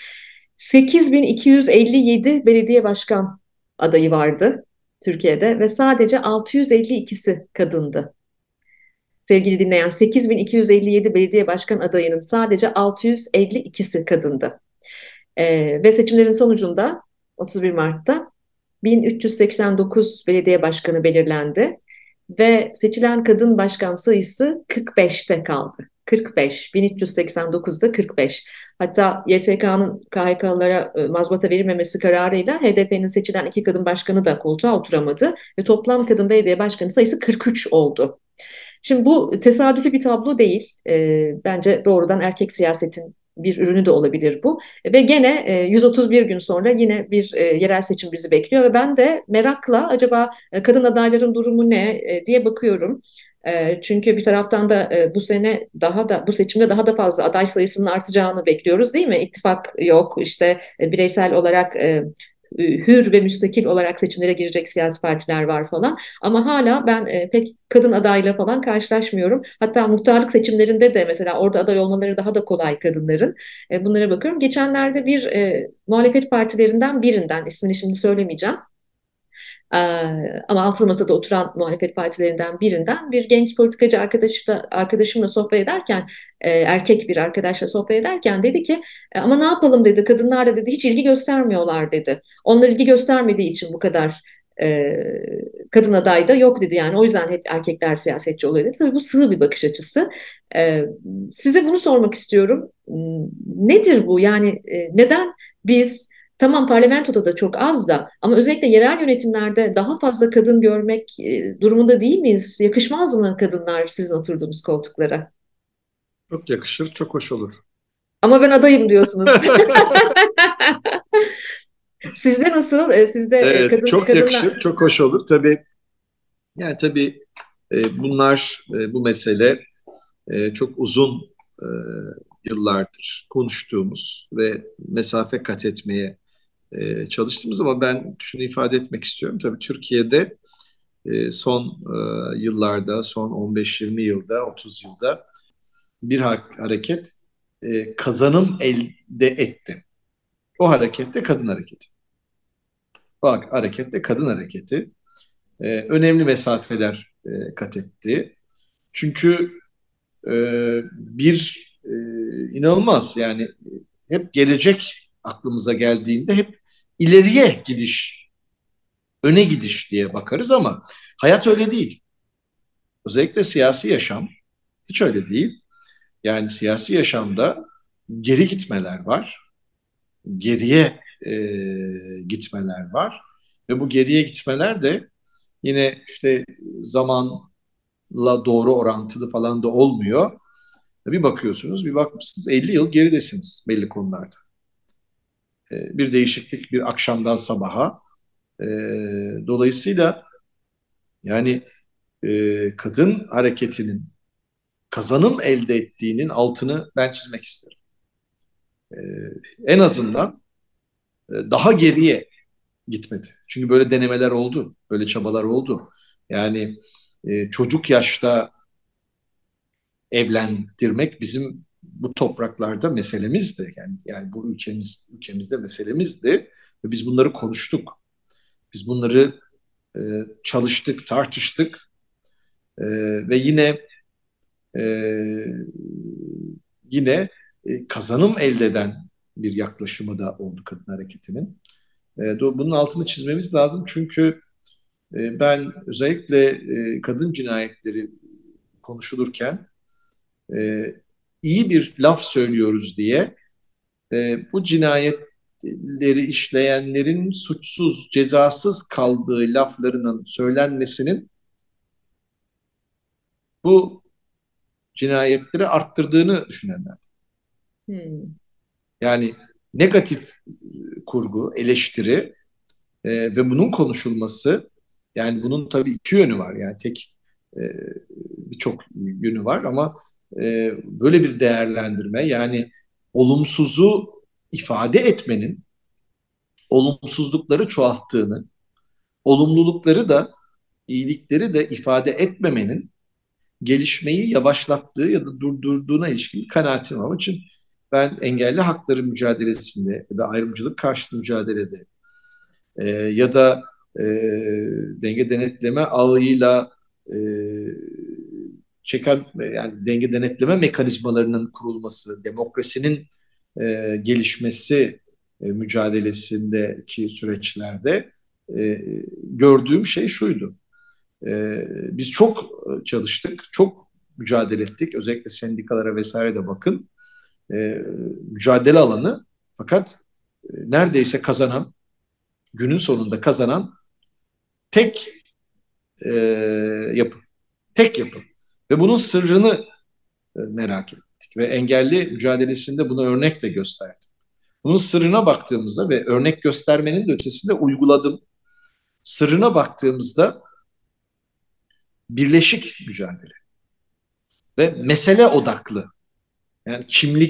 8.257 belediye başkan adayı vardı Türkiye'de ve sadece 652'si kadındı. Sevgili dinleyen, 8.257 belediye başkan adayının sadece 652'si kadındı. Ve seçimlerin sonucunda 31 Mart'ta 1389 belediye başkanı belirlendi ve seçilen kadın başkan sayısı 45'te kaldı. 45, 1389'da 45. Hatta YSK'nın KHK'lara mazbata verilmemesi kararıyla HDP'nin seçilen iki kadın başkanı da koltuğa oturamadı ve toplam kadın belediye başkanı sayısı 43 oldu. Şimdi bu tesadüfi bir tablo değil. Bence doğrudan erkek siyasetin bir ürünü de olabilir bu. Ve gene 131 gün sonra yine bir yerel seçim bizi bekliyor ve ben de merakla acaba kadın adayların durumu ne diye bakıyorum. Çünkü bir taraftan da bu sene bu seçimde daha da fazla aday sayısının artacağını bekliyoruz, değil mi? İttifak yok, işte bireysel olarak hür ve müstakil olarak seçimlere girecek siyasi partiler var falan. Ama hala ben pek kadın adayla falan karşılaşmıyorum. Hatta muhtarlık seçimlerinde de mesela orada aday olmaları daha da kolay kadınların. Bunlara bakıyorum. Geçenlerde bir muhalefet partilerinden birinden, ismini şimdi söylemeyeceğim. Ama altılı masada oturan muhalefet partilerinden birinden bir genç politikacı arkadaşımla sohbet ederken, erkek bir arkadaşla sohbet ederken dedi ki ama ne yapalım dedi, kadınlar da dedi hiç ilgi göstermiyorlar dedi. Onlar ilgi göstermediği için bu kadar e, kadın aday da yok dedi, yani o yüzden hep erkekler siyasetçi oluyor dedi. Tabii bu sığ bir bakış açısı. E, Size bunu sormak istiyorum. Nedir bu? Yani neden biz, tamam parlamentoda da çok az da, ama özellikle yerel yönetimlerde daha fazla kadın görmek durumunda değil miyiz? Yakışmaz mı kadınlar sizin oturduğunuz koltuklara? Çok yakışır, çok hoş olur. Ama ben adayım diyorsunuz. Sizde nasıl? Sizde Evet, çok kadınlar... yakışır, çok hoş olur. Tabii, yani tabii bu mesele çok uzun e, yıllardır konuştuğumuz ve mesafe kat etmeye çalıştığımız, ama ben şunu ifade etmek istiyorum. Tabii Türkiye'de son yıllarda, son 15-20 yılda, 30 yılda bir hareket kazanım elde etti. O hareket de kadın hareketi. O hareket de kadın hareketi. Önemli mesafeler kat etti. Çünkü e, bir inanılmaz, yani hep gelecek aklımıza geldiğinde hep ileriye gidiş, öne gidiş diye bakarız, ama hayat öyle değil. Özellikle siyasi yaşam hiç öyle değil. Yani siyasi yaşamda geri gitmeler var, geriye gitmeler var ve bu geriye gitmeler de yine işte zamanla doğru orantılı falan da olmuyor. Bir bakıyorsunuz, bir bakmışsınız 50 yıl geridesiniz belli konularda. Bir değişiklik bir akşamdan sabaha. E, Dolayısıyla yani kadın hareketinin kazanım elde ettiğinin altını ben çizmek isterim. E, En azından daha geriye gitmedi. Çünkü böyle denemeler oldu, böyle çabalar oldu. Yani çocuk yaşta evlendirmek bizim bu topraklarda meselemizdi. Yani bu ülkemizde meselemizdi ve biz bunları konuştuk. Biz bunları e, çalıştık, tartıştık e, ve e, yine kazanım elde eden bir yaklaşımı da oldu kadın hareketinin. Bunun altını çizmemiz lazım, çünkü ben özellikle kadın cinayetleri konuşulurken e, iyi bir laf söylüyoruz diye bu cinayetleri işleyenlerin suçsuz, cezasız kaldığı laflarının söylenmesinin bu cinayetleri arttırdığını düşünenler. Hmm. Yani negatif kurgu, eleştiri ve bunun konuşulması, yani bunun tabii iki yönü var. Yani e, birçok yönü var, ama böyle bir değerlendirme, yani olumsuzu ifade etmenin olumsuzlukları çoğalttığını, olumlulukları da iyilikleri de ifade etmemenin gelişmeyi yavaşlattığı ya da durdurduğuna ilişkin kanaatim var. Onun için ben engelli hakları mücadelesinde ya da ayrımcılık karşıtı mücadelede ya da e, denge denetleme ağıyla e, yani denge denetleme mekanizmalarının kurulması, demokrasinin gelişmesi mücadelesindeki süreçlerde gördüğüm şey şuydu. Biz çok çalıştık, çok mücadele ettik. Özellikle sendikalara vesaire de bakın. Mücadele alanı, fakat neredeyse kazanan, günün sonunda kazanan tek e, yapı. Tek yapı. Ve bunun sırrını merak ettik. ettik ve engelli mücadelesinde bunu örnekle gösterdim. Bunun sırrına baktığımızda ve örnek göstermenin de ötesinde uyguladım. Sırrına baktığımızda birleşik mücadele ve mesele odaklı. Yani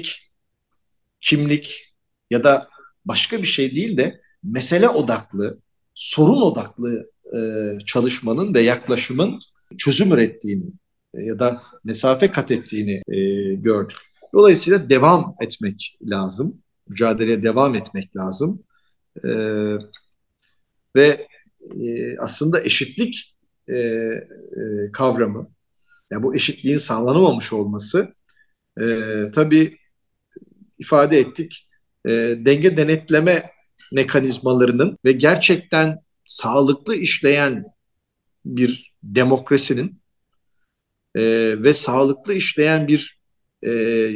kimlik ya da başka bir şey değil de mesele odaklı, sorun odaklı çalışmanın ve yaklaşımın çözüm ürettiğini ya da mesafe kat ettiğini gördük. Dolayısıyla devam etmek lazım. Mücadeleye devam etmek lazım. E, ve aslında eşitlik kavramı, yani bu eşitliğin sağlanamamış olması tabii ifade ettik. Denge denetleme mekanizmalarının ve gerçekten sağlıklı işleyen bir demokrasinin ve sağlıklı işleyen bir e,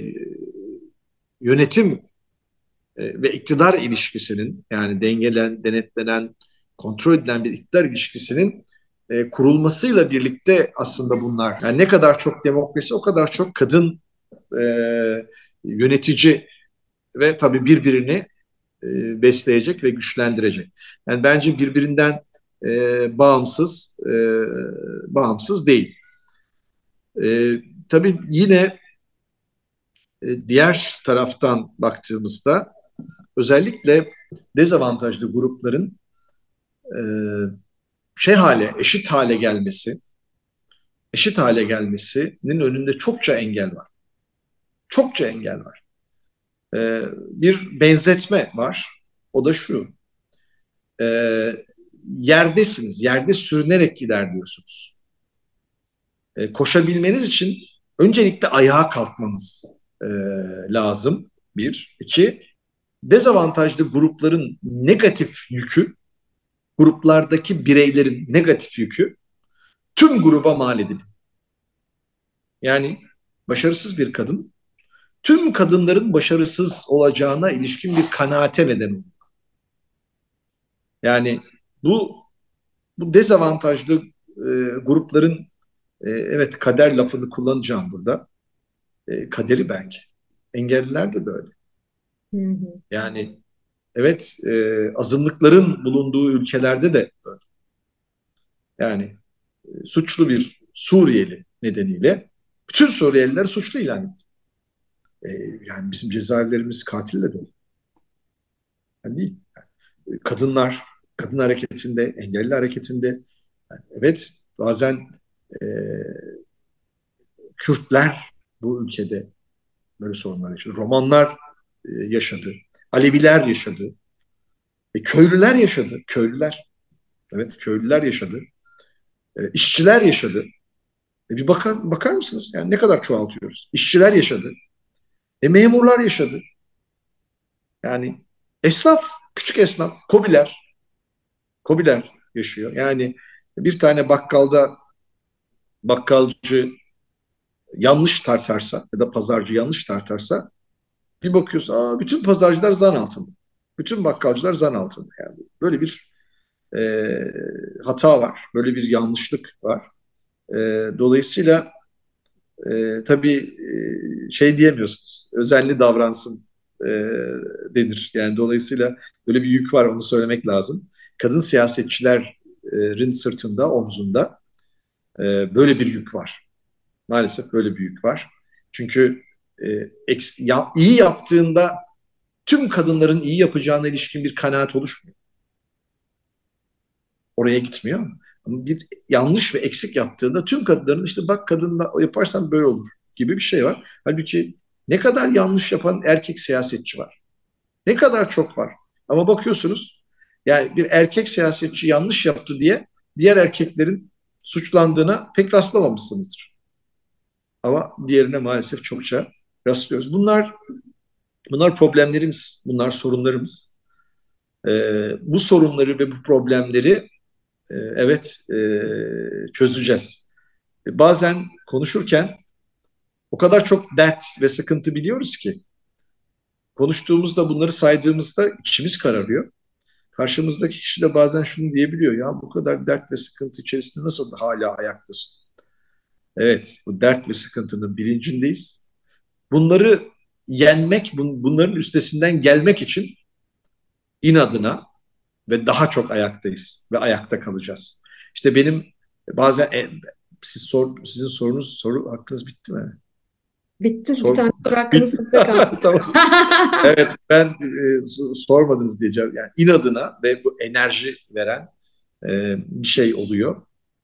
yönetim ve iktidar ilişkisinin, yani denetlenen, kontrol edilen bir iktidar ilişkisinin kurulmasıyla birlikte aslında bunlar. Yani ne kadar çok demokrasi, o kadar çok kadın e, yönetici ve tabii birbirini besleyecek ve güçlendirecek. Yani bence birbirinden bağımsız değil. Tabii yine diğer taraftan baktığımızda özellikle dezavantajlı grupların e, eşit hale gelmesinin önünde çokça engel var. Çokça engel var. Bir benzetme var. O da şu. E, Yerdesiniz. Yerde sürünerek ilerliyorsunuz. Koşabilmeniz için öncelikle ayağa kalkmanız lazım. Bir. İki, dezavantajlı grupların negatif yükü, gruplardaki bireylerin negatif yükü tüm gruba mal edilir. Yani başarısız bir kadın tüm kadınların başarısız olacağına ilişkin bir kanaate neden olur. Yani bu dezavantajlı grupların evet, kader lafını kullanacağım burada. Kaderi belki. Engelliler de böyle. Hı hı. Yani evet, azınlıkların bulunduğu ülkelerde de böyle. Yani suçlu bir Suriyeli nedeniyle bütün Suriyeliler suçlu ilan edildi. E, Yani bizim cezaevlerimiz katille dolu. Yani değil. Kadınlar, kadın hareketinde, engelli hareketinde, yani evet, bazen e, Kürtler bu ülkede böyle sorunlar yaşadı. Romanlar yaşadı. Aleviler yaşadı. Köylüler yaşadı. Köylüler. Evet, köylüler yaşadı. İşçiler yaşadı. Bir bakar mısınız? Yani ne kadar çoğaltıyoruz? İşçiler yaşadı. Memurlar yaşadı. Yani esnaf, küçük esnaf, kobiler yaşıyor. Yani bir tane bakkalcı yanlış tartarsa ya da pazarcı yanlış tartarsa bir bakıyorsun, bütün pazarcılar zan altında. Bütün bakkalcılar zan altında. Yani böyle bir e, hata var. Böyle bir yanlışlık var. E, Dolayısıyla tabii şey diyemiyorsunuz. Özenli davransın e, denir. Yani dolayısıyla böyle bir yük var, onu söylemek lazım. Kadın siyasetçilerin sırtında, omzunda böyle bir yük var. Maalesef böyle bir yük var. Çünkü iyi yaptığında tüm kadınların iyi yapacağına ilişkin bir kanaat oluşmuyor. Oraya gitmiyor. Ama bir yanlış ve eksik yaptığında tüm kadınların işte bak kadınla yaparsan böyle olur gibi bir şey var. Halbuki ne kadar yanlış yapan erkek siyasetçi var. Ne kadar çok var. Ama bakıyorsunuz, yani bir erkek siyasetçi yanlış yaptı diye diğer erkeklerin suçlandığına pek rastlamamışsınızdır. Ama diğerine maalesef çokça rastlıyoruz. Bunlar problemlerimiz, bunlar sorunlarımız. Bu sorunları ve bu problemleri evet, çözeceğiz. Bazen konuşurken o kadar çok dert ve sıkıntı biliyoruz ki konuştuğumuzda, bunları saydığımızda içimiz kararıyor. Karşımızdaki kişi de bazen şunu diyebiliyor: ya bu kadar dert ve sıkıntı içerisinde nasıl hala ayaktasın? Evet, bu dert ve sıkıntının bilincindeyiz. bunları yenmek, bunların üstesinden gelmek için inadına ve daha çok ayaktayız ve ayakta kalacağız. İşte benim bazen sizin soru hakkınız bitti mi? Bitti. Bir Sor, tane soru hakkınız bitti. sizde kaldı. Tamam. Evet, ben sormadınız diyeceğim. Yani inadına ve bu enerji veren bir şey oluyor.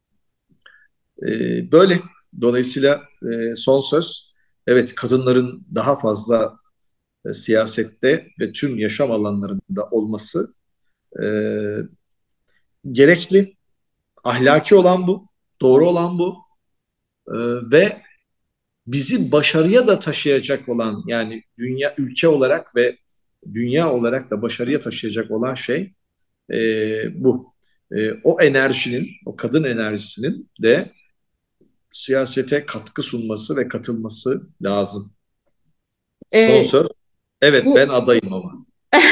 Böyle. Dolayısıyla son söz, evet, kadınların daha fazla siyasette ve tüm yaşam alanlarında olması e, gerekli, ahlaki olan bu, doğru olan bu e, ve bizi başarıya da taşıyacak olan, yani dünya ülke olarak ve dünya olarak da başarıya taşıyacak olan şey bu. O enerjinin, o kadın enerjisinin de siyasete katkı sunması ve katılması lazım. Son E, söz. Evet, ben bu adayım ama.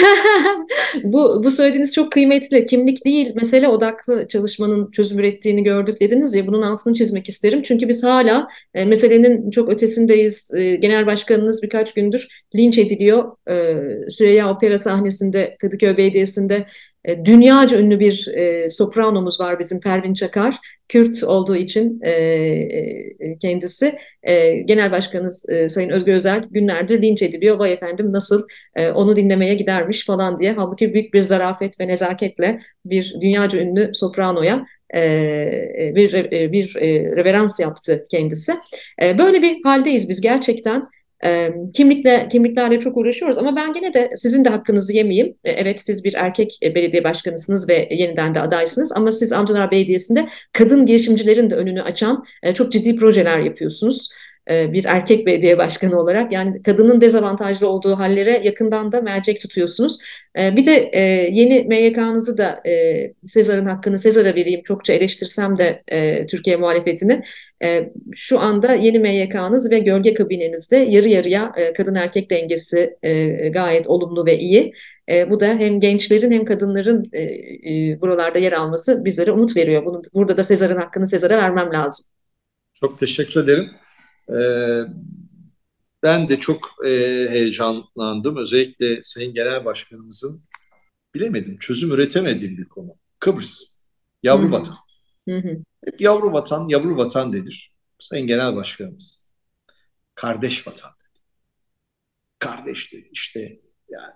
bu söylediğiniz çok kıymetli. Kimlik değil, mesele odaklı çalışmanın çözüm ürettiğini gördük dediniz ya. Bunun altını çizmek isterim. Çünkü biz hala meselenin çok ötesindeyiz. Genel başkanınız birkaç gündür linç ediliyor. Süreyya Opera sahnesinde, Kadıköy Belediyesi'nde dünyaca ünlü bir sopranomuz var bizim, Pervin Çakar. Kürt olduğu için kendisi. Genel Başkanımız Sayın Özgür Özel günlerdir linç ediliyor. Vay efendim, nasıl onu dinlemeye gidermiş falan diye. Halbuki büyük bir zarafet ve nezaketle bir dünyaca ünlü sopranoya bir reverans yaptı kendisi. Böyle bir haldeyiz biz gerçekten. Kimliklerle çok uğraşıyoruz ama ben gene de sizin de hakkınızı yemeyeyim. Evet, siz bir erkek belediye başkanısınız ve yeniden de adaysınız ama siz Avcılar Belediyesi'nde kadın girişimcilerin de önünü açan çok ciddi projeler yapıyorsunuz. Bir erkek belediye başkanı olarak, yani kadının dezavantajlı olduğu hallere yakından da mercek tutuyorsunuz. Bir de yeni MYK'nızı da Sezar'ın hakkını Sezar'a vereyim, çokça eleştirsem de Türkiye muhalefetini. Şu anda yeni MYK'nız ve gölge kabinenizde yarı yarıya kadın erkek dengesi gayet olumlu ve iyi. Bu da hem gençlerin hem kadınların buralarda yer alması bizlere umut veriyor. Burada da Sezar'ın hakkını Sezar'a vermem lazım. Çok teşekkür ederim. Ee, Ben de çok heyecanlandım. Özellikle Sayın Genel Başkanımızın bilemedim, çözüm üretemediğim bir konu. Kıbrıs, Hı yavru hı, vatan. hı hı. Hep yavru vatan, yavru vatan denir. Sayın Genel Başkanımız, kardeş vatan. Kardeş dedi işte. Yani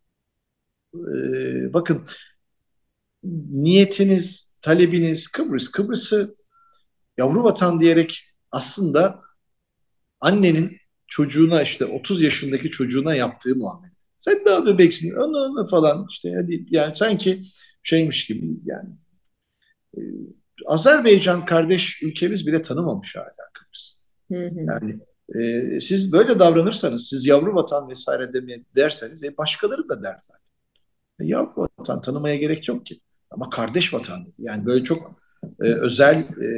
bakın, niyetiniz, talebiniz Kıbrıs. Kıbrıs'ı yavru vatan diyerek aslında annenin çocuğuna, işte 30 yaşındaki çocuğuna yaptığı muamele. Sen daha bebeksin, onu falan, işte hadi, yani sanki şeymiş gibi yani. E, Azerbaycan kardeş ülkemiz bile tanımamış hala Kıbrıs. Hı hı. Yani siz böyle davranırsanız, siz yavru vatan vesaire derseniz başkaları da der zaten. Yavru vatan tanımaya gerek yok ki. Ama kardeş vatan dedi. Yani böyle çok özel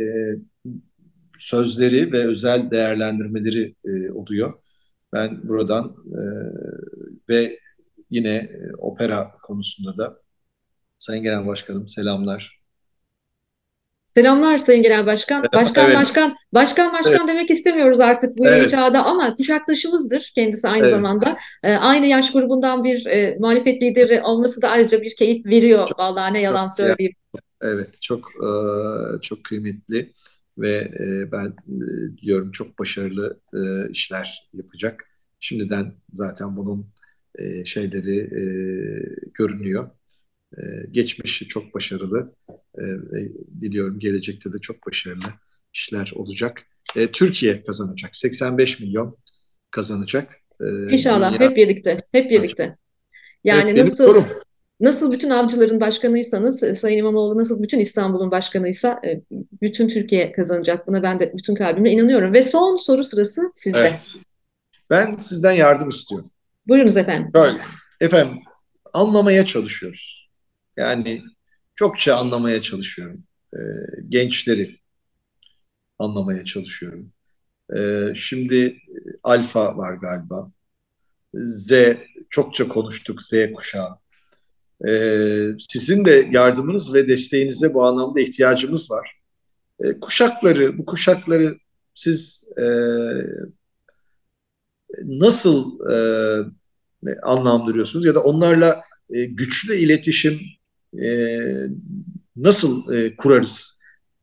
sözleri ve özel değerlendirmeleri oluyor. Ben buradan ve yine opera konusunda da Sayın Genel Başkanım, selamlar. Selamlar Sayın Genel Başkan. Başkan Evet, başkan, başkan evet, başkan demek istemiyoruz artık bu yeni evet, çağda ama kuşaktaşımızdır kendisi aynı evet. zamanda. Aynı yaş grubundan bir muhalefet lideri olması da ayrıca bir keyif veriyor. Çok, Vallahi ne çok, yalan söyleyeyim. evet, çok kıymetli ve ben diliyorum çok başarılı işler yapacak. Şimdiden zaten bunun şeyleri görünüyor. Geçmişi çok başarılı. Diliyorum gelecekte de çok başarılı işler olacak. Türkiye kazanacak. 85 milyon kazanacak. E, İnşallah Dünya hep birlikte, hep kazanacak. birlikte. Evet, Yani benim nasıl sorum. nasıl bütün avcıların başkanıysanız, Sayın İmamoğlu nasıl bütün İstanbul'un başkanıysa bütün Türkiye kazanacak. Buna ben de bütün kalbimle inanıyorum. Ve son soru sırası sizde. Evet. Ben sizden yardım istiyorum. Buyurunuz efendim. Böyle. Efendim, anlamaya çalışıyoruz. Yani çokça anlamaya çalışıyorum. E, Gençleri anlamaya çalışıyorum. Şimdi alfa var galiba. Z, çokça konuştuk, Z kuşağı. Sizin de yardımınız ve desteğinize bu anlamda ihtiyacımız var. Bu kuşakları siz nasıl anlamlandırıyorsunuz ya da onlarla güçlü iletişim e, nasıl kurarız?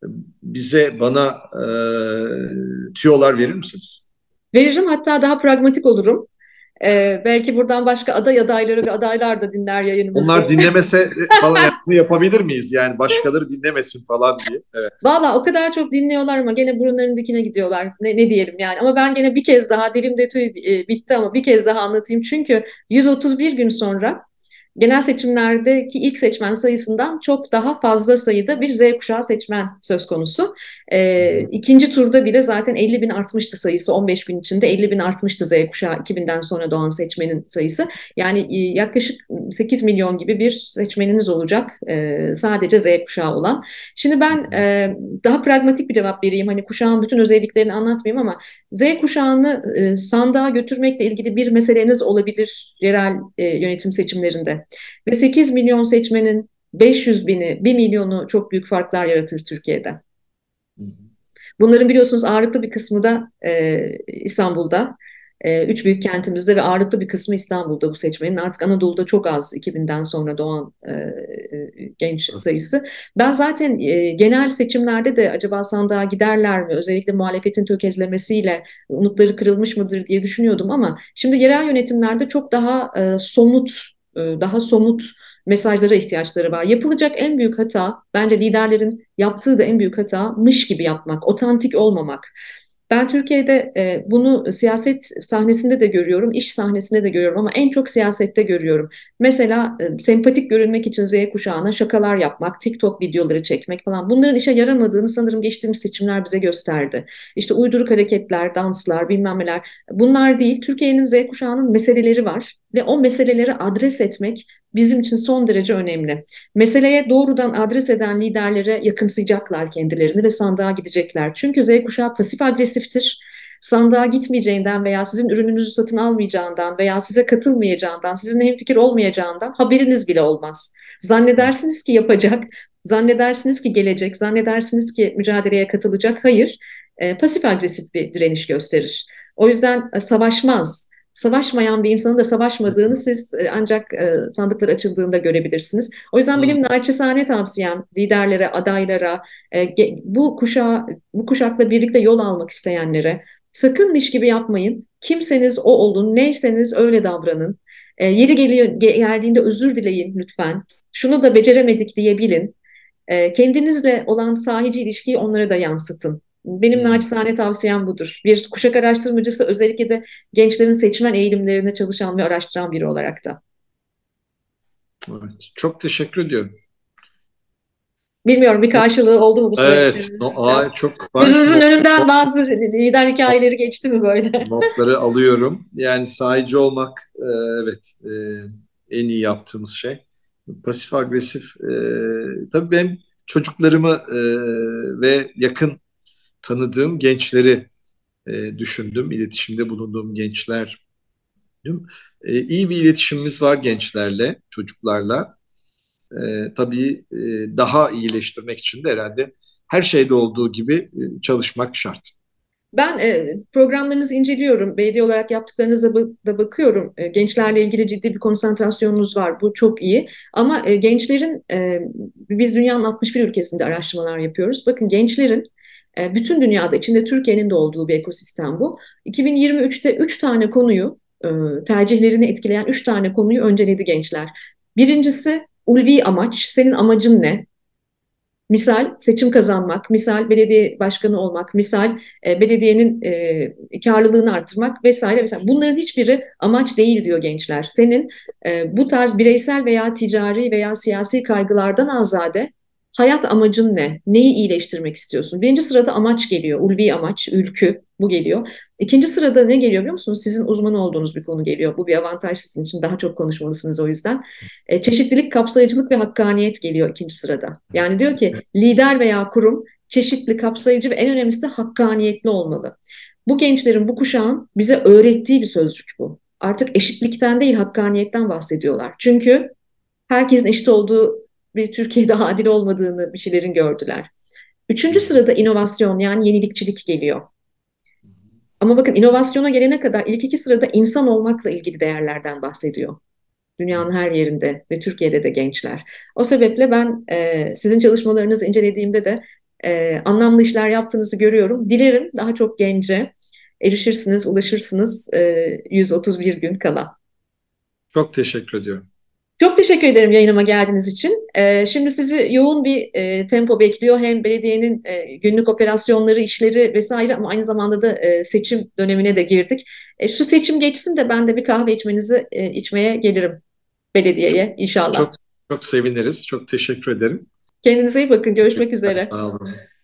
Bana tüyolar verir misiniz? Veririm, hatta daha pragmatik olurum. Belki buradan başka aday adayları ve adaylar da dinler yayınımızı. Onlar dinlemese falan yani bunu yapabilir miyiz? Yani başkaları dinlemesin falan diye. Evet. Valla o kadar çok dinliyorlar ama gene burunların dikine gidiyorlar. Ne diyelim yani. Ama ben gene bir kez daha, dilimde tüy bitti ama bir kez daha anlatayım. Çünkü 131 gün sonra genel seçimlerdeki ilk seçmen sayısından çok daha fazla sayıda bir Z kuşağı seçmen söz konusu. İkinci turda bile zaten 50 bin artmıştı sayısı. 15 gün içinde 50 bin artmıştı Z kuşağı 2000'den sonra doğan seçmenin sayısı. Yani yaklaşık 8 milyon gibi bir seçmeniniz olacak, sadece Z kuşağı olan. Şimdi ben daha pragmatik bir cevap vereyim. Hani kuşağın bütün özelliklerini anlatmayayım ama Z kuşağını sandığa götürmekle ilgili bir meseleniz olabilir yerel yönetim seçimlerinde. Ve 8 milyon seçmenin 500 bini, 1 milyonu çok büyük farklar yaratır Türkiye'de. Bunların biliyorsunuz ağırlıklı bir kısmı da İstanbul'da. Üç büyük kentimizde ve ağırlıklı bir kısmı İstanbul'da bu seçmenin. Artık Anadolu'da çok az 2000'den sonra doğan genç sayısı. Ben zaten genel seçimlerde de acaba sandığa giderler mi? Özellikle muhalefetin tökezlemesiyle umutları kırılmış mıdır diye düşünüyordum ama şimdi yerel yönetimlerde çok daha somut mesajlara ihtiyaçları var. Yapılacak en büyük hata, bence liderlerin yaptığı da en büyük hata, mış gibi yapmak, otantik olmamak. Ben Türkiye'de bunu siyaset sahnesinde de görüyorum, iş sahnesinde de görüyorum ama en çok siyasette görüyorum. Mesela sempatik görünmek için Z kuşağına şakalar yapmak, TikTok videoları çekmek falan. Bunların işe yaramadığını sanırım geçtiğimiz seçimler bize gösterdi. İşte uyduruk hareketler, danslar, bilmem neler. Bunlar değil, Türkiye'nin Z kuşağının meseleleri var ve o meseleleri adres etmek bizim için son derece önemli. Meseleye doğrudan adres eden liderlere yakınsayacaklar kendilerini ve sandığa gidecekler. Çünkü Z kuşağı pasif agresiftir. Sandığa gitmeyeceğinden veya sizin ürününüzü satın almayacağından veya size katılmayacağından, sizinle hemfikir olmayacağından haberiniz bile olmaz. Zannedersiniz ki yapacak, zannedersiniz ki gelecek, zannedersiniz ki mücadeleye katılacak. Hayır, pasif agresif bir direniş gösterir. O yüzden savaşmaz. Savaşmayan bir insanın da savaşmadığını siz ancak sandıklar açıldığında görebilirsiniz. O yüzden benim naçizane tavsiyem liderlere, adaylara, bu kuşakla birlikte yol almak isteyenlere sakınmış gibi yapmayın. Kimseniz o olun, neyseniz öyle davranın. Yeri geldiğinde özür dileyin lütfen. Şunu da beceremedik diyebilin. Kendinizle olan sahici ilişkiyi onlara da yansıtın. Benim naçizane tavsiyem budur. Bir kuşak araştırmacısı, özellikle de gençlerin seçmen eğilimlerine çalışan ve araştıran biri olarak da. Evet, çok teşekkür ediyorum. Bilmiyorum, bir karşılığı oldu mu bu Evet, söylediklerimin? çok var. Gözünüzün önünden bazı lider hikayeleri geçti mi böyle? Notları alıyorum. Yani sahici olmak, evet, en iyi yaptığımız şey. Pasif agresif, tabii benim çocuklarımı ve yakın tanıdığım gençleri düşündüm. İletişimde bulunduğum gençler. İyi bir iletişimimiz var gençlerle, çocuklarla. Tabii daha iyileştirmek için de herhalde her şeyde olduğu gibi çalışmak şart. Ben programlarınızı inceliyorum. Belediye olarak yaptıklarınıza da bakıyorum. Gençlerle ilgili ciddi bir konsantrasyonunuz var. Bu çok iyi. Ama gençlerin, biz dünyanın 61 ülkesinde araştırmalar yapıyoruz. Bakın gençlerin bütün dünyada, içinde Türkiye'nin de olduğu bir ekosistem bu. 2023'te 3 tane konuyu, tercihlerini etkileyen 3 tane konuyu önceledi gençler. Birincisi ulvi amaç. Senin amacın ne? Misal seçim kazanmak, misal belediye başkanı olmak, misal belediyenin karlılığını artırmak vesaire vesaire. Bunların hiçbiri amaç değil diyor gençler. Senin bu tarz bireysel veya ticari veya siyasi kaygılardan azade hayat amacın ne? Neyi iyileştirmek istiyorsun? Birinci sırada amaç geliyor. Ulvi amaç, ülkü bu geliyor. İkinci sırada ne geliyor biliyor musunuz? Sizin uzman olduğunuz bir konu geliyor. Bu bir avantaj sizin için. Daha çok konuşmalısınız o yüzden. Çeşitlilik, kapsayıcılık ve hakkaniyet geliyor ikinci sırada. Yani diyor ki lider veya kurum çeşitli, kapsayıcı ve en önemlisi de hakkaniyetli olmalı. Bu gençlerin, bu kuşağın bize öğrettiği bir sözcük bu. Artık eşitlikten değil, hakkaniyetten bahsediyorlar. Çünkü herkesin eşit olduğu bir Türkiye'de adil olmadığını bir şeylerin gördüler. Üçüncü sırada inovasyon, yani yenilikçilik geliyor. Ama bakın inovasyona gelene kadar ilk iki sırada insan olmakla ilgili değerlerden bahsediyor. Dünyanın her yerinde ve Türkiye'de de gençler. O sebeple ben sizin çalışmalarınızı incelediğimde de anlamlı işler yaptığınızı görüyorum. Dilerim daha çok gence erişirsiniz, ulaşırsınız 131 gün kala. Çok teşekkür ediyorum. Çok teşekkür ederim yayınıma geldiğiniz için. Şimdi sizi yoğun bir tempo bekliyor. Hem belediyenin günlük operasyonları, işleri vesaire ama aynı zamanda da seçim dönemine de girdik. Şu seçim geçsin de ben de bir kahve içmeye gelirim Çok belediyeye inşallah. çok çok seviniriz. Çok teşekkür ederim. Kendinize iyi bakın. Görüşmek Teşekkürler. üzere. Sağ olun.